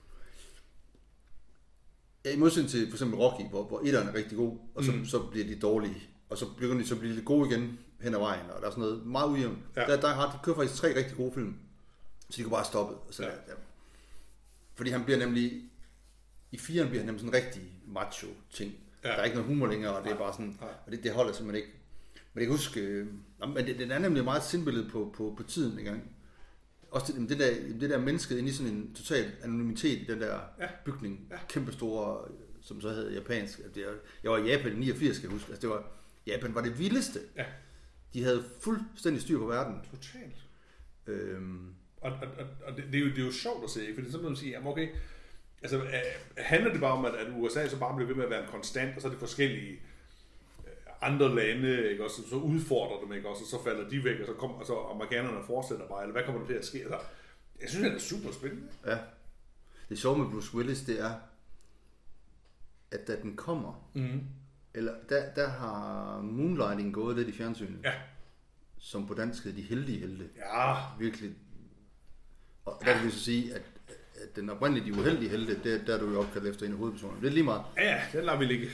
Ja, i modsætning til for eksempel Rocky, hvor, hvor etteren er rigtig god, og så, mm. så bliver de dårlige. Og så bliver de så bliver de gode igen hen ad vejen, og der er sådan noget meget ujævnt. Ja. Der, der har de kører faktisk tre rigtig gode film, så de kan bare stoppe. Så ja. Ja. Fordi han bliver nemlig... I firen bliver han nemlig sådan en rigtig macho-ting. Ja. Der er ikke noget humor længere, og det er bare sådan... Ja. Og det, det holder simpelthen ikke. Men jeg kan huske... Øh, men det, det er nemlig meget sindbillede på, på, på tiden engang. Også det, det, der, det der mennesket inde i sådan en total anonymitet i den der ja. bygning. Ja. Kæmpestore, som så hed japansk. Jeg var i Japan i niogfirs, skal jeg huske. Altså det var, Japan var det vildeste. Ja. De havde fuldstændig styr på verden.
Totalt. Øhm. Og, og, og, og det, det, er jo, det er jo sjovt at se, ikke? Fordi så må man sige, jamen okay, altså handler det bare om, at, at U S A så bare bliver ved med at være en konstant, og så er det forskellige andre lande, ikke? Også, så udfordrer dem, ikke? Også, og så falder de væk, og så kommer og så amerikanerne fortsætter bare, eller hvad kommer der til at ske? Altså, jeg synes, det er super spændende.
Ja. Det sjove med Bruce Willis, det er, at da den kommer, mm. eller der, der har Moonlighting gået lidt i fjernsynet. Ja. Som på dansk hedder De Heldige Helte.
Ja.
Virkelig. Og der kan vi så sige, at, at den oprindelige De Uheldige Helte, der, der er du jo opkaldt efter en af hovedpersonerne. Det er lige meget.
Ja, den lader vi ligge.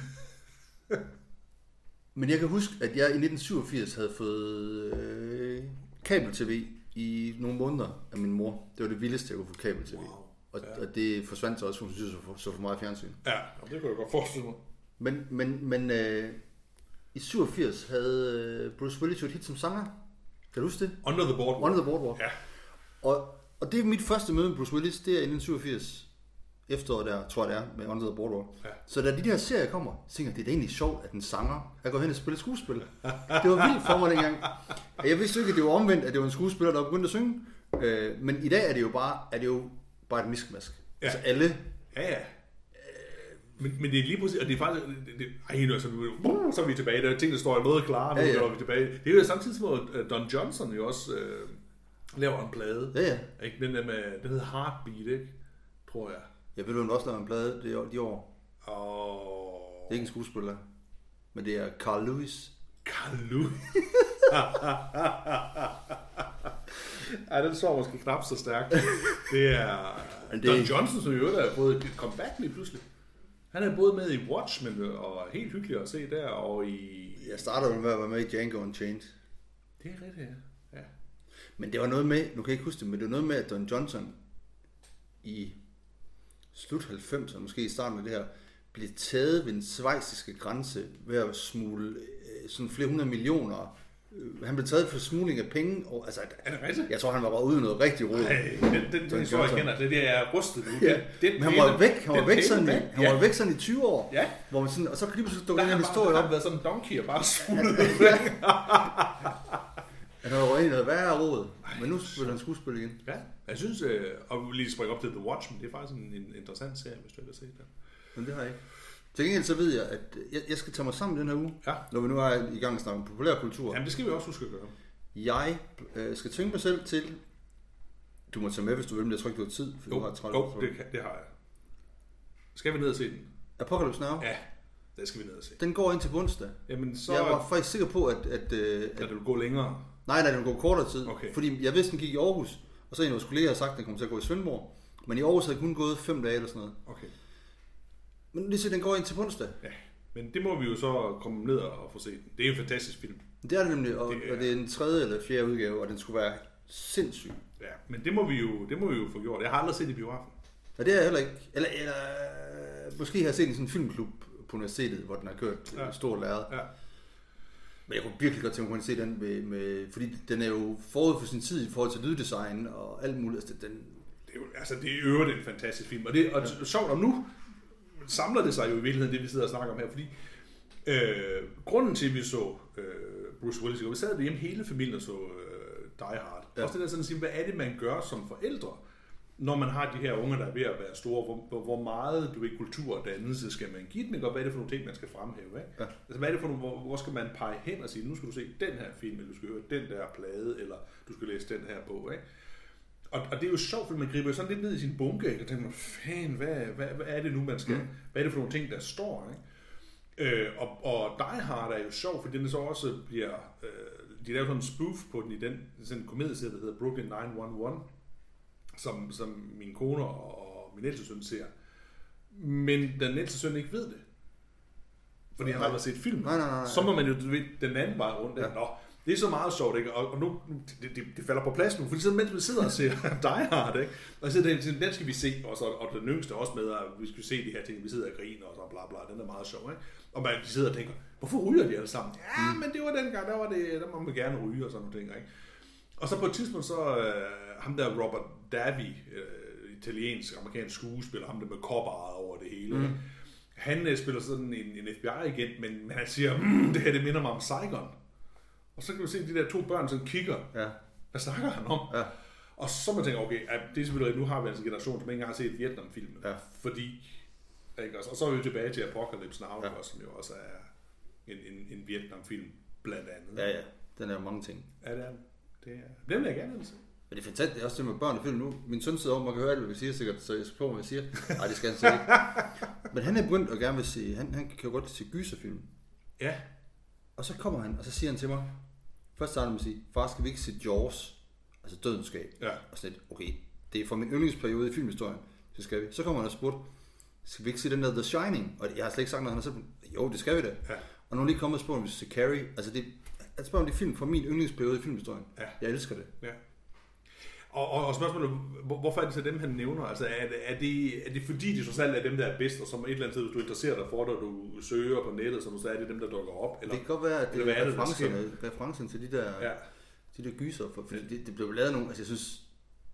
Men jeg kan huske, at jeg i nitten syvogfirs havde fået øh, kabel-tv i nogle måneder af min mor. Det var det vildeste, jeg kunne få kabel-tv. Wow. Og, ja. og det forsvandt så også, fordi hun synes, så for, så for meget fjernsyn.
Ja, og det kunne jeg godt forestille mig.
Men, men, men øh, i syvogfirs havde øh, Bruce Willis jo et hit som sanger. Kan du huske det?
Under the Boardwalk.
Under the Boardwalk.
Ja.
Og, og det er mit første møde med Bruce Willis, det er i nitten syvogfirs. Efteråret der, tror jeg det er, med Under the Boardwalk. Ja. Så da de der serier kommer, så tænker jeg, det er da egentlig sjovt, at en sanger er gået hen og spiller skuespil. Det var vildt for mig dengang. Jeg vidste ikke, at det var omvendt, at det var en skuespiller, der begyndte at synge. Øh, men i dag er det jo bare, er det jo bare et miskmask. Ja. Altså alle...
Ja, ja. Men, men det er lige præcis, og det er faktisk... Det, det, ej, nu er så, så er vi tilbage. Der er ting, der står noget klar, nu ja, ja. er vi tilbage. Det er jo samtidig som, at Don Johnson jo også øh, laver en plade.
Ja, ja.
Ikke? Den der med, den hedder Heartbeat, ikke? Tror jeg.
Jeg ved, du også laver en plade de år. De år.
Oh.
Det er ikke en skuespiller, men det er Carl Lewis.
Carl Lewis? Ej, den så måske knap så stærkt. Det er det... Don Johnson, som jo der har fået et comeback lige pludselig. Han er både med i Watchmen og helt hyggelig at se der, og i...
Jeg startede med at være med i Django Unchained.
Det er rigtigt, ja. ja.
Men det var noget med, nu kan jeg ikke huske det, men det var noget med, at Don Johnson i slut halvfemserne, måske i starten af det her, blev taget ved den schweiziske grænse ved at smule øh, sådan flere hundrede millioner. Han blev taget for smugling af penge. Og, altså,
er det rigtigt?
Jeg tror, han var bare ude i noget rigtig råd.
Nej, den, den, den historie jeg kender, det der er rustet nu.
Ja.
Det,
Men han var væk, han var væk sådan, væk. Han
ja.
var væk sådan i tyve år.
Ja.
Hvor man sådan, og så kan lige pludselig dukke en historie op.
Han har været sådan en donkey og bare smuglet.
Ja. Han har jo egentlig noget værre råd. Men nu spiller han skuespil igen.
Ja, jeg synes, øh, og lige springe op til The Watchmen, det er faktisk en, en interessant serie, hvis du ikke har set den.
Men det har jeg ikke. Til gengæld så ved jeg, at jeg, jeg skal tage mig sammen den her uge,
ja.
Når vi nu er i gang med snakke om populærkultur.
Jamen det skal vi også huske at gøre.
Jeg øh, skal tvinge mig selv til, du må tage med, hvis du vil, men jeg tror ikke, du har tid. For
jo,
du har travlt,
jo det, kan, det har jeg. Skal vi ned og se den?
Apocalypse Now?
Ja, det skal vi ned og se.
Den går ind til onsdag.
Jamen så...
Jeg var faktisk sikker på, at... at, at,
at det vil gå længere?
Nej, nej, den vil gå kortere tid.
Okay.
Fordi jeg vidste, den gik i Aarhus, og så en af vores kolleger har sagt, at den kommer til at gå i Svendborg. Men i Aarhus havde kun gået fem dage eller sådan noget.
Okay.
Men lige så den går ind til onsdag.
Ja, men det må vi jo så komme ned og få set. Det er jo en fantastisk film.
Det er det nemlig, og det er, og det er en tredje eller fjerde udgave, og den skulle være sindssyg.
Ja, men det må vi jo, det må vi jo få gjort. Jeg har aldrig set i biografen.
Ja, det er jeg heller ikke. Eller, eller måske har jeg set i sådan en filmklub på universitetet, hvor den har kørt ja. stor lærred.
Ja.
Men jeg kunne virkelig godt tænke mig at se den, med, med, fordi den er jo forud for sin tid i forhold til lyddesign og alt muligt. Altså, den...
Det er jo, altså det er jo øvrigt en fantastisk film, og det og ja. sjovt, og nu samler det sig jo i virkeligheden, det vi sidder og snakker om her, fordi øh, grunden til, at vi så øh, Bruce Willis, og vi sad hjemme hele familien og så øh, Die Hard. Ja. Også det der sådan at sige, hvad er det, man gør som forældre, når man har de her unger, der er ved at være store, hvor, hvor meget du ved, kultur og dannelse skal man give dem, ikke? Og hvad er det for nogle ting, man skal fremhæve? Ikke? Ja. Altså, hvad er det for nogle, hvor, hvor skal man pege hen og sige, nu skal du se den her film, eller du skal høre den der plade, eller du skal læse den her bog, ikke? Og, og det er jo sjovt, fordi man griber sådan lidt ned i sin bunke, ikke? Og tænker, fan, hvad, hvad, hvad er det nu, man skal? Mm. Hvad er det for nogle ting, der står? Ikke? Øh, og, og Die Hard er jo sjov, fordi den så også bliver, øh, de laver sådan en spoof på den i den, sådan en komedieserie, der hedder Brooklyn nine one one, som, som min kone og min ældste søn ser. Men den ældste søn ikke ved det. Fordi han har aldrig set filmen.
Nej, nej, nej, nej.
Så må man jo ved, den anden vej rundt. Ja. Nå, det er så meget sjovt, ikke? Og, og nu, det, det, det falder på plads nu, fordi så mens vi sidder og ser Die Hard, ikke? Og så den, den skal vi se, og, så, og den yngste også med, at vi skal se de her ting, vi sidder og griner og så bla bla, den er meget sjov, ikke? Og man sidder og tænker, hvorfor ryger de alle sammen? Ja, mm. men det var dengang, der var det, der må man gerne ryge og sådan nogle ting, ikke? Og så på et tidspunkt så, øh, ham der Robert Davi, øh, italiensk, amerikansk skuespiller, ham der med kopperet over det hele, mm. han øh, spiller sådan en, en F B I-agent, men, men han siger, mm, det her det minder mig om Saigon. Og så kan du se, at de der to børn sådan kigger, ja. Hvad snakker han om? Ja. Og så man tænker, okay, det er selvfølgelig, nu har vi altså en generation, som ikke engang har set Vietnam-filmen, ja. Fordi, ikke? Og så er vi jo tilbage til Apocalypse Now, ja. Som jo også er en, en, en Vietnam-film blandt andet.
Ja, ja, den er jo mange ting.
Ja, det er det. Er, den vil jeg gerne altså.
Men det er fantastisk, det er også det med børn og film nu. Min søn sidder over, man kan høre alt, hvad vi siger sikkert, så jeg skal på, hvad jeg siger. Nej, det skal han sikkert ikke. Men han er begyndt at gerne vil se, han, han kan jo godt se gyserfilm.
Ja. Og
så kommer han, og så siger han til mig, først starter han med at sige, far, skal vi ikke se Jaws, altså Dødenskab? Ja. Og sådan lidt, okay, det er fra min yndlingsperiode i filmhistorien, så skal vi. Så kommer han og spurgte, skal vi ikke se den der The Shining? Og jeg har slet ikke sagt noget, han har sagt, jo, det skal vi da. Ja. Og nu er lige kommet og spurgt, om vi skal se Carrie. Altså det, jeg spørger om det er film fra min yndlingsperiode i filmhistorien. Ja. Jeg elsker det.
Ja. Og, og, og spørgsmålet, hvorfor er det så dem, han nævner? Altså, er det, er det, er det fordi, de så er dem, der er bedst, og som et eller andet sted, hvis du interesserer dig for det, og du søger på nettet, så du sagde, er det dem, der dukker op? Eller,
det kan godt være, at det er referencerne, referencerne til de der, ja. de der gyser, for, fordi det, det blev lavet nogle, altså jeg synes,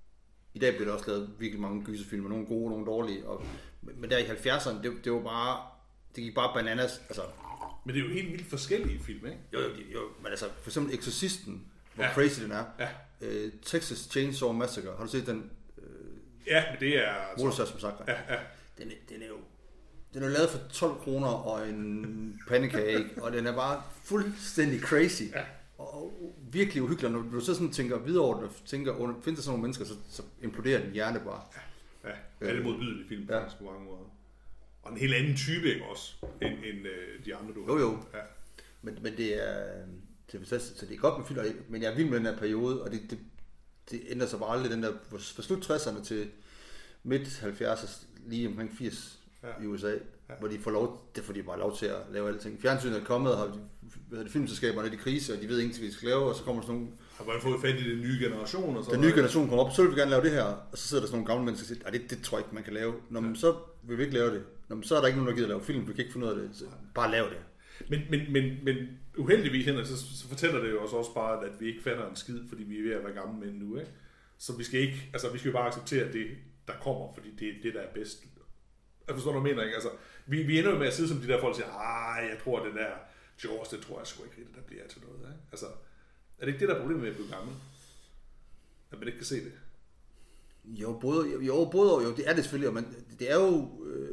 i dag bliver der også lavet virkelig mange gyserfilmer, nogle gode, nogle dårlige, og, men der i halvfjerdserne, det, det var bare, det gik bare bananas, altså.
Men det er jo helt vildt forskellige film, ikke?
Jo, jo, jo, men altså, for eksempel Exorcisten, hvor ja. Crazy den er. Ja. Uh, Texas Chainsaw Massacre. Har du set den? Uh,
ja, men det er...
Motorsagsmassakre.
Ja, ja.
Den, den er jo... Den er jo lavet for tolv kroner og en pandekage, og den er bare fuldstændig crazy. Ja. Og, og virkelig uhyggelig. Når du så sådan tænker videre over det, tænker, findes der sådan nogle mennesker, så, så imploderer din hjerne bare.
Ja, ja. Det er det modbydelige film, ja. Faktisk på mange måder. Og en helt anden type, ikke også, end, end uh, de andre, du
Jo, jo. Ja. Men, men det er... Det er så det er godt med film, men jeg er vild med den her periode, og det, det, det ændrer sig bare aldrig, den der fra slut tresserne til midt halvfjerdserne, lige omkring firs ja. I U S A, ja. Hvor de får lov, det får de bare lov til at lave alle ting. Fjernsynet er kommet, og har de, de filmselskaberne i krise, og de ved ingenting, hvad de skal lave, og så kommer sådan nogle...
Har man fået fat i den nye generation? Og så
den nye generation kommer op, så vil vi gerne lave det her, og så sidder der sådan nogle gamle mennesker og siger, nej, det, det tror jeg ikke, man kan lave. Nå, men så vil vi ikke lave det. Nå, men så er der ikke nogen, der gider at lave film, vi kan ikke finde ud af det. Så bare lav det.
Men, men, men, men uheldigvis, Henrik, så, så fortæller det jo også, også bare, at vi ikke fatter en skid, fordi vi er ved at være gamle mænd nu, ikke? Så vi skal ikke, altså vi skal jo bare acceptere det, der kommer, fordi det er det, der er bedst. Jeg forstår, hvad du mener, ikke? Altså, vi, vi ender jo med at sidde som de der folk, der siger, ah, jeg tror, det der Jaws, det tror jeg sgu ikke rigtigt, der bliver til noget, ikke? Altså, er det ikke det, der er problemet med at blive gammel? At man ikke kan se det?
Jo, både, jo, jo, både, jo, det er det selvfølgelig, men det er jo, øh,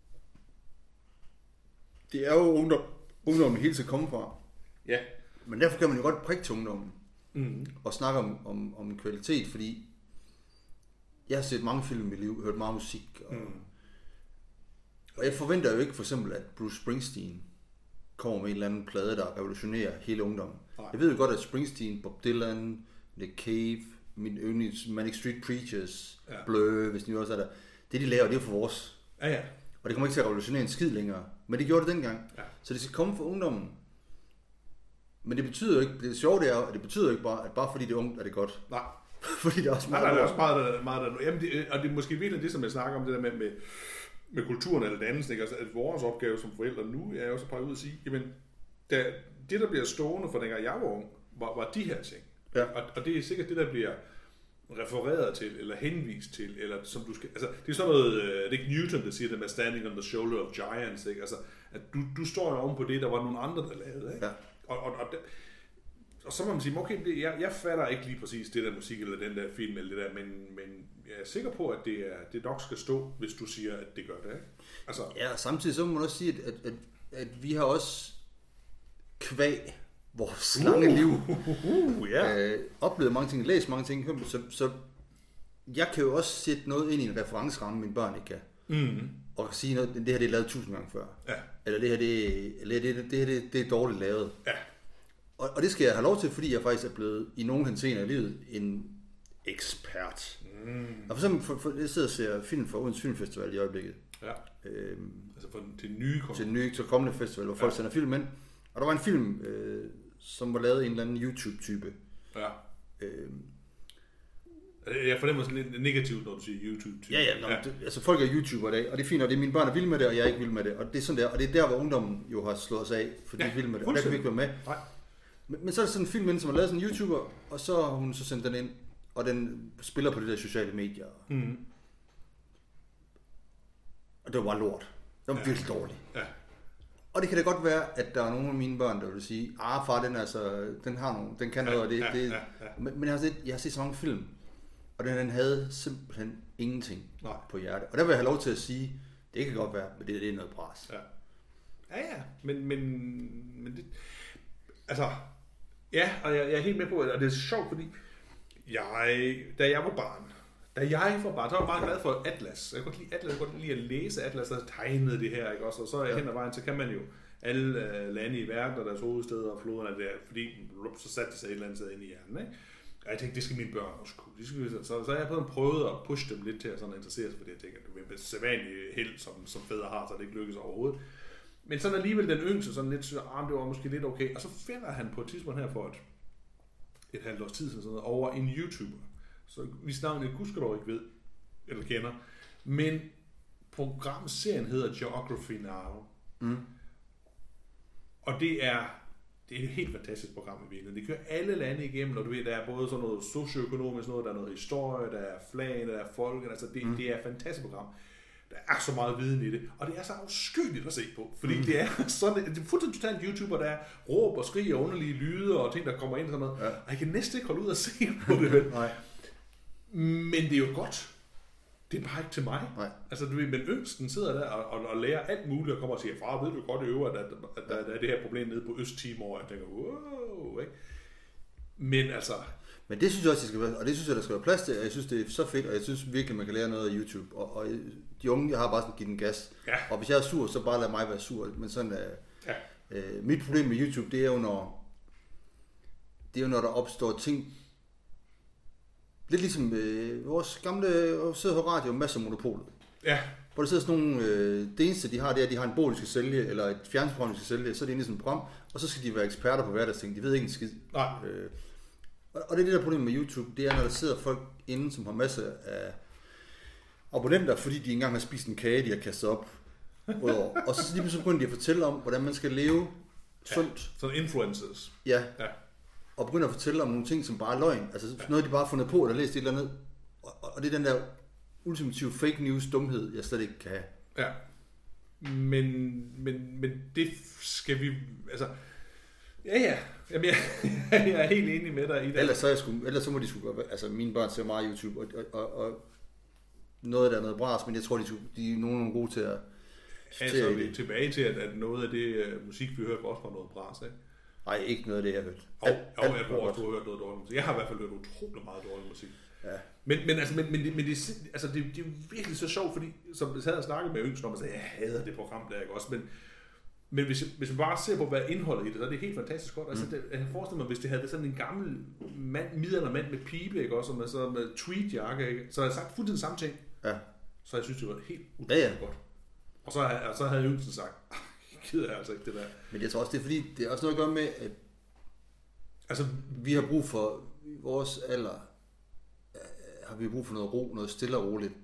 det er jo ungdom, ungdommen helt til komme fra.
Ja.
Men derfor kan man jo godt prikke til ungdommen mm. og snakke om, om, om kvalitet, fordi jeg har set mange film i mit liv, hørt meget musik, og, mm. og jeg forventer jo ikke for eksempel, at Bruce Springsteen kommer med en eller anden plade, der revolutionerer hele ungdommen. Nej. Jeg ved jo godt, at Springsteen, Bob Dylan, Nick Cave, min yndlings Manic Street Preachers, ja. Blur, hvis de også er der, det de laver, det er for vores.
Ja, ja.
Og det kommer ikke til at revolutionere en skid længere. Men det gjorde det dengang. Ja. Så det skal komme fra ungdommen. Men det betyder jo ikke, det sjove det er, at det betyder ikke bare, at bare fordi det er ungt, er det godt.
Nej.
Fordi det er også meget...
Nej, nej, det er også meget, meget der. Jamen det, og det er måske virkelig det, som jeg snakker om, det der med, med, med kulturen eller dannelsen, ikke? Altså, at vores opgave som forældre nu er jo så bare ud at sige, jamen, der, det der bliver stående for dengang jeg var ung, var, var de her ting.
Ja.
Og, og det er sikkert det, der bliver refereret til, eller henvist til, eller som du skal, altså, det er sådan noget, uh, det er ikke Newton, der siger det med standing on the shoulder of giants, ikke? Altså, at du, du står jo oven på det, der var nogle andre, der lavede, ikke? Ja. Og, og, og, og så må man sige, okay, det, jeg, jeg fatter ikke lige præcis det der musik, eller den der film, eller det der, men, men jeg er sikker på, at det, er, det nok skal stå, hvis du siger, at det gør det, ikke? Altså,
ja, samtidig så må man også sige, at, at, at vi har også kvæg vores lange uh, liv
uh, uh, yeah.
øh, oplevet mange ting, læst mange ting, så, så jeg kan jo også sætte noget ind i en referenceramme, mine børn ikke kan.
Mm.
Og sige noget, det her det er lavet tusind gange før.
Ja.
Eller det her, det, eller det, det, det, det, det er dårligt lavet.
Ja.
Og, og det skal jeg have lov til, fordi jeg faktisk er blevet i nogen henseender i livet en ekspert.
Mm.
Og for eksempel, for, for, jeg sidder og ser film fra Odense Filmfestival i øjeblikket.
Ja.
Øhm,
altså for, til den nye kommende.
Til den nye, til kommende festival, hvor folk ja. sender film ind. Og der var en film, øh, som var lavet i en eller anden YouTube-type.
Ja.
Øhm,
jeg fornemmer sådan lidt negativt, når du siger YouTube-type.
Ja, ja, nå, ja. Det, altså folk er YouTuber i dag, og det er fint, og det er mine børn er vilde med det, og jeg er ikke vild med det. Og det er sådan der, og det er der, hvor ungdommen jo har slået sig af, fordi ja, de er vilde med det, og der kan vi ikke være med. Nej. Men, men så er der sådan en film, som har lavet sådan en YouTuber, og så har hun så sendt den ind, og den spiller på det der sociale medier.
Mm.
Og det var bare lort. Det var
ja.
virkelig dårligt.
Ja.
Og det kan da godt være, at der er nogle af mine børn, der vil sige, ah far, den, altså, den, har nogle, den kan noget, og det,
ja,
det
ja, ja.
Men, men jeg, har set, jeg har set så mange film, og den, den havde simpelthen ingenting
Nej.
på hjertet. Og der vil jeg have lov til at sige, det kan godt være, men det, det er noget bras.
Ja, ja, ja. Men, men, men det, altså, ja, og jeg, jeg er helt med på, og det er sjovt, fordi jeg, da jeg var barn, Da jeg var barn, så var jeg meget glad for Atlas. Jeg kunne godt lide Atlas, jeg kunne godt lide at læse Atlas, der tegnede det her, ikke også? Og så ja. hen ad vejen, så kan man jo alle uh, lande i verden og deres hovedsteder og floderne der, fordi så satte de sig et eller andet sted ind i hjernen, ikke? Og jeg tænkte, det skal mine børn også kunne. De skal, så, så har jeg på en prøvet at pushe dem lidt til at sådan interessere sig for det. Jeg tænker, det er en sædvanlig held, som, som fædre har, så det ikke lykkes overhovedet. Men sådan alligevel den yngste, sådan lidt, ah, det var måske lidt okay. Og så finder han på et tidspunkt her for et, et halvt års tid, sådan noget, over en YouTuber. Så hvis navnet gudskelov ikke ved, eller kender. Men programserien hedder Geography Now.
Mm.
Og det er, det er et helt fantastisk program i virkeligheden. Det kører alle lande igennem, og du ved, der er både sådan noget socioøkonomisk noget, der er noget historie, der er flag, der er folk, altså det, mm. det er et fantastisk program. Der er så meget viden i det, og det er så afskyeligt at se på, fordi mm. det er sådan, det er fuldstændig totalt YouTuber, der er råb og skrig og underlige lyde og ting, der kommer ind og sådan noget. Ja. Og jeg kan næsten ikke holde ud og se på det.
Nej.
Men det er jo godt. Det er bare ikke til mig.
Nej.
Altså, du ved, men yngsten sidder der og, og, og lærer alt muligt og kommer og siger, far, ved du godt i øvrigt, at, at, at, at der er det her problem nede på Østtimor, og jeg tænker, wow, ikke? Men altså...
Men det synes jeg også, det skal være, og det synes jeg, der skal være plads til, og jeg synes, det er så fedt, og jeg synes virkelig, man kan lære noget af YouTube, og, og de unge, jeg har bare sådan givet den gas,
ja.
Og hvis jeg er sur, så bare lad mig være sur, men sådan er...
Ja.
Øh, mit problem med YouTube, det er jo, når, det er jo, når der opstår ting, lidt ligesom øh, vores gamle, sidder på radio, masser af monopolet.
Ja.
Hvor der sidder sådan nogle, øh, det eneste de har, det er, at de har en bog, de skal sælge, eller et fjernsynsprogram, de skal sælge, så er det inde i sådan et program, og så skal de være eksperter på hverdagsting, de ved ikke en skid.
Nej.
Øh, og, og det er det der problem med YouTube, det er, når der sidder folk inde, som har masser af abonnenter, fordi de engang har spist en kage, de har kastet op, udover. Og så lige så begynder de at fortælle om, hvordan man skal leve sundt.
Ja, sådan influencers.
Ja.
Ja. Og
begynder at fortælle om nogle ting, som bare er løgn. Altså ja. Noget, de bare har fundet på, eller læst et eller andet. Og, og det er den der ultimative fake news dumhed, jeg slet ikke kan have.
Ja. Men, men, men det skal vi... Altså... Ja, ja. Jamen, jeg, jeg er helt enig med dig i det.
Ellers så, jeg sgu, ellers så må de sgu gøre... Altså, mine børn ser meget YouTube, og, og, og noget der er noget bras, men jeg tror, de, de er nogen gode til at...
Altså, vi er tilbage til, at, at noget af det uh, musik, vi hørte, også var noget bras, ikke?
Nej, ikke noget af det, jeg har hørt.
Jo, jo, jeg tror også, du har hørt noget dårligt musik. Jeg har i hvert fald hørt utrolig meget dårlig musik.
Ja.
Men, men, altså, men, men, det, men det, altså, det, det er virkelig så sjovt, fordi som jeg havde snakket med yngsten om, og sagde, jeg hader det program der, ikke også? Men, men hvis, hvis man bare ser på, hvad indholdet i det, så er det helt fantastisk godt. Altså, det, jeg forestiller mig, hvis det havde sådan en gammel mand, middelaldermand med pibe, ikke også? Med, så med tweedjakke, ikke? Så havde jeg sagt fuldstændig samme ting.
Ja.
Så jeg synes, det var helt utroligt ja, ja. godt. Og så, og så havde yngsten sagt, jeg gider jeg altså ikke det der.
Men jeg tror også, det er fordi, det er også noget at gøre med, at altså, vi har brug for, i vores alder, har vi brug for noget ro, noget stille og roligt.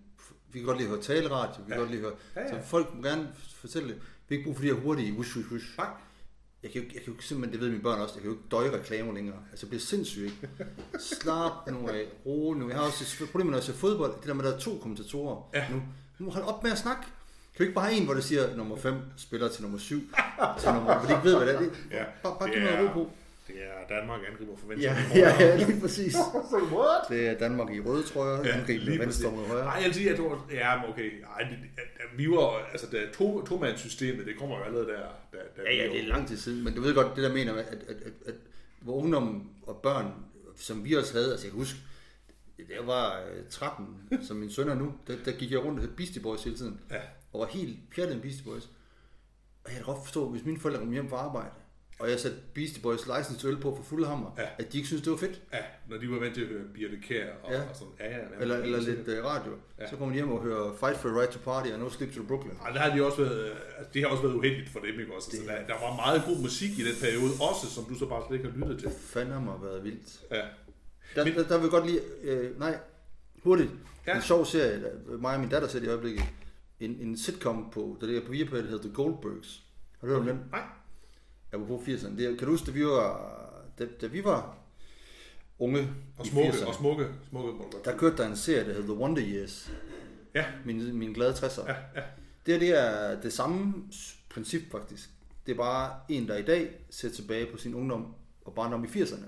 Vi kan godt lide at høre taleradio, vi kan ja. godt lide at høre... Ja, ja. Så folk må gerne fortælle det. Vi har ikke brug for de her hurtige wush, wush, wush.
Nej.
Jeg kan jo jeg kan jo simpelthen, det ved mine børn også, jeg kan jo ikke døje reklamer længere. Altså, jeg bliver sindssyg, ikke? Slap nu af, ro nu. Jeg har også et problem med, når jeg ser fodbold, det der med, der er to kommentatorer ja. nu. Nu må holde op med at snakke. Kan vi ikke bare have en, hvor det siger, nummer fem spiller til nummer syv, til nummer... Hvor de ikke ved, hvad det er. Det,
ja,
bare bare giv noget ro på.
Det er Danmark angriber for venstre.
Ja, ja, ja, lige præcis. Det er Danmark i røde trøjer, ja, angriber venstre mod højre.
Nej, jeg siger, jeg tror, ja, okay. Ej, det, vi var, altså, det to, to-mandssystemet, det kommer jo allerede der. der, der
ja, ja, det er lang tid siden, men du ved godt, det der mener, at, at, at, at, at hvor ungdom og børn, som vi også havde, altså jeg kan huske, jeg var tretten, som min søn er nu, der, der gik jeg rundt og hed Beastie Boys hele tiden, ja. Og var helt pjattet med Beastie Boys. Og jeg kan godt forstå, hvis mine forældre kom hjem fra arbejde, og jeg satte Beastie Boys license øl på for fuld hammer, ja. At de ikke synes det var fedt.
Ja, når de var vant til at høre Birte Kjær og,
ja.
og sådan. Ja, ja, ja,
eller eller lidt uh, radio. Ja. Så kommer de hjem og hører Fight for the Right to Party og No Sleep to Brooklyn.
Ja, det har de også været, altså, det har også været uheldigt for dem, ikke også? Altså, der, der var meget god musik i den periode, også som du så bare slet ikke har lyttet til.
Fanden har været vildt.
Ja.
Der,
Men,
der, der vil godt lige, øh, nej, hurtigt.
Ja.
En sjov serie, der, mig og min datter ser i øjeblikket. En, en sitcom på, der ligger på Viaplay, der hedder The Goldbergs. Har du hørt
okay.
om den?
Nej.
Jeg var på firserne. Det, kan du huske, da vi var, da, da vi var unge
og
i
smukke,
firserne,
og smukke, smukke,
der kørte der en serie, der hedder The Wonder Years.
Ja.
Min, min glade tresser.
Ja, ja.
Det, det er det samme princip faktisk. Det er bare en, der i dag ser tilbage på sin ungdom og barndom i firserne.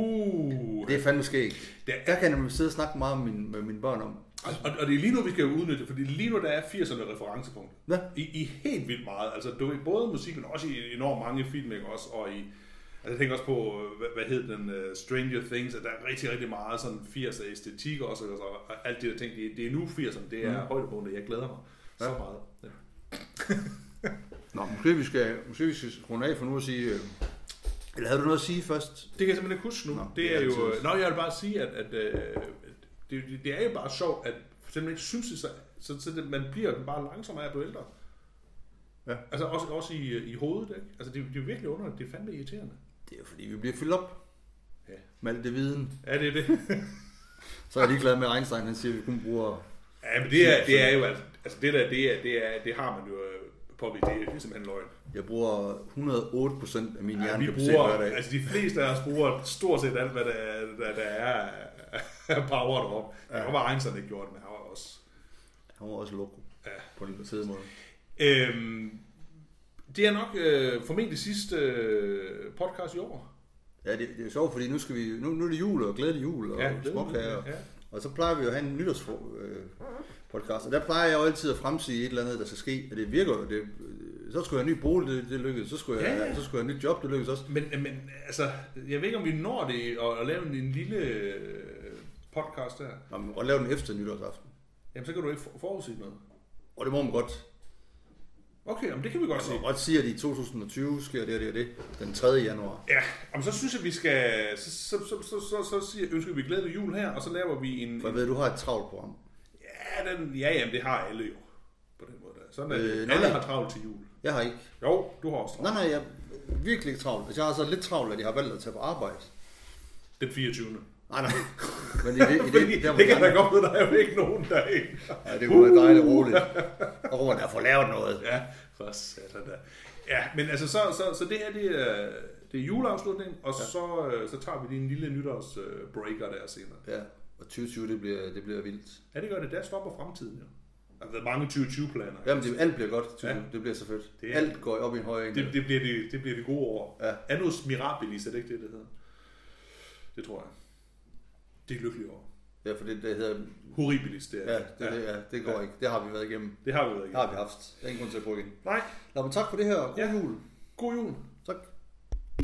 Uh.
Det er fandme skægt. Der, der kan jeg sidde og snakke meget med mine, med mine børn om.
Og, og det er lige nu, vi skal udnytte, fordi lige nu der er firserne referencepunkt.
Ja.
I, I helt vildt meget. Altså, du ved, både musik, men også i enormt mange film, ikke også? Og i, altså, jeg tænker også på, hvad, hvad hed den, uh, Stranger Things, at der er rigtig, rigtig meget sådan firser æstetik også, og, og alt det der ting, det, det er nu firserne, det er mm. højdepunktet, jeg glæder mig ja. så meget. Ja.
Nå, måske vi skal, måske vi skal runde af for nu at sige, øh, eller havde du noget at sige først?
Det kan jeg simpelthen ikke huske nu. Nå, det, det er, er jo, nå, jeg vil bare sige, at, at, at det, det er jo bare sjovt, at simpelthen ikke synes det, så, så, så det, man bliver bare langsommere af at blive ældre. Ja. Altså også, også i, i hovedet, ikke? Altså det, det er virkelig underligt, det er fandme irriterende.
Det er jo fordi, vi bliver fyldt op
ja.
med alt det viden.
Ja, det er det.
Så er jeg lige glad med Einstein, han siger, at vi kun bruger...
Ja, men det er, det er jo, altså det der, det er, det er, det har man jo påvist, det er, det er simpelthen løgn.
Jeg bruger et hundrede og otte procent af min hjerne.
Ja, vi bruger, altså de fleste af os bruger stort set alt, hvad der, der, der er power deroppe. Ja. Det var Einstein ikke gjort, men han var også...
Han var også loko
ja.
på den fede måde.
Øhm, det er nok øh, formentlig sidste øh, podcast i år.
Ja, det, det er jo sjovt, fordi nu, skal vi, nu, nu er det jul, og glædelig jul, og ja, småkager. Ja. Og så plejer vi jo at have en nytårspodcast, og der plejer jeg jo altid at fremsige et eller andet, der skal ske, og det virker jo. Det, så skulle jeg have en ny bolig, det, det lykkedes. Så skulle jeg, ja, ja. så skulle jeg have en ny job, det lykkedes også.
Men, men altså, jeg ved ikke, om vi når det at, at lave en, en lille podcast der.
Nå, men, og lave den efter nytårsaften.
Jamen, så kan du ikke forudsige noget.
Og det må man godt.
Okay, men det kan vi godt
sige.
Jeg
kan godt sige, at i to tusind og tyve sker det og det og det. Den tredje januar.
Ja, men så synes jeg, vi skal... Så, så, så, så, så, så siger, ønsker vi glædelig jul her, og så laver vi en...
For jeg ved, du har et travlt program.
Ja, den, ja jamen, det har alle jo. På den måde der. Sådan er øh, alle nej, har travlt til jul.
Jeg har ikke.
Jo, du har også travlt.
Nej, nej, jeg er virkelig ikke travlt. Jeg har så lidt travlt, at jeg har valgt at tage på arbejde.
Den fireogtyvende
Nej, nej. Men i det, i det,
det, der, det kan da godt ved, der er jo ikke nogen dag.
Ja, det kunne være dejligt roligt. Og hvor der får lavet noget.
Ja, for satan da. Ja, men altså, så, så, så det her, det er, det er juleafslutning, og ja. så, så tager vi lige en lille nytårsbreaker der senere.
Ja, og tyve tyve, det bliver, det bliver vildt.
Ja, det gør det. Der stopper fremtiden, ja. Der har været mange tyve tyve-planer.
Jamen, det, alt bliver godt. tyve tyve. Ja. Det bliver så fedt. Det er, alt går op i en højere
det, det, bliver det, det bliver det gode år.
Ja.
Annus mirabilis, er det ikke det, det hedder? Det tror jeg. Det er lykkelige år.
Ja, for det, det hedder...
Horribilis, det er.
Ja, det, ja. Det, ja, det går ja. ikke. Det har vi været igennem.
Det har vi været igennem.
Det har vi haft. Der er ingen grund til at prøve igen.
Nej.
Nå, men tak for det her. God
ja.
jul.
God jul.
Tak.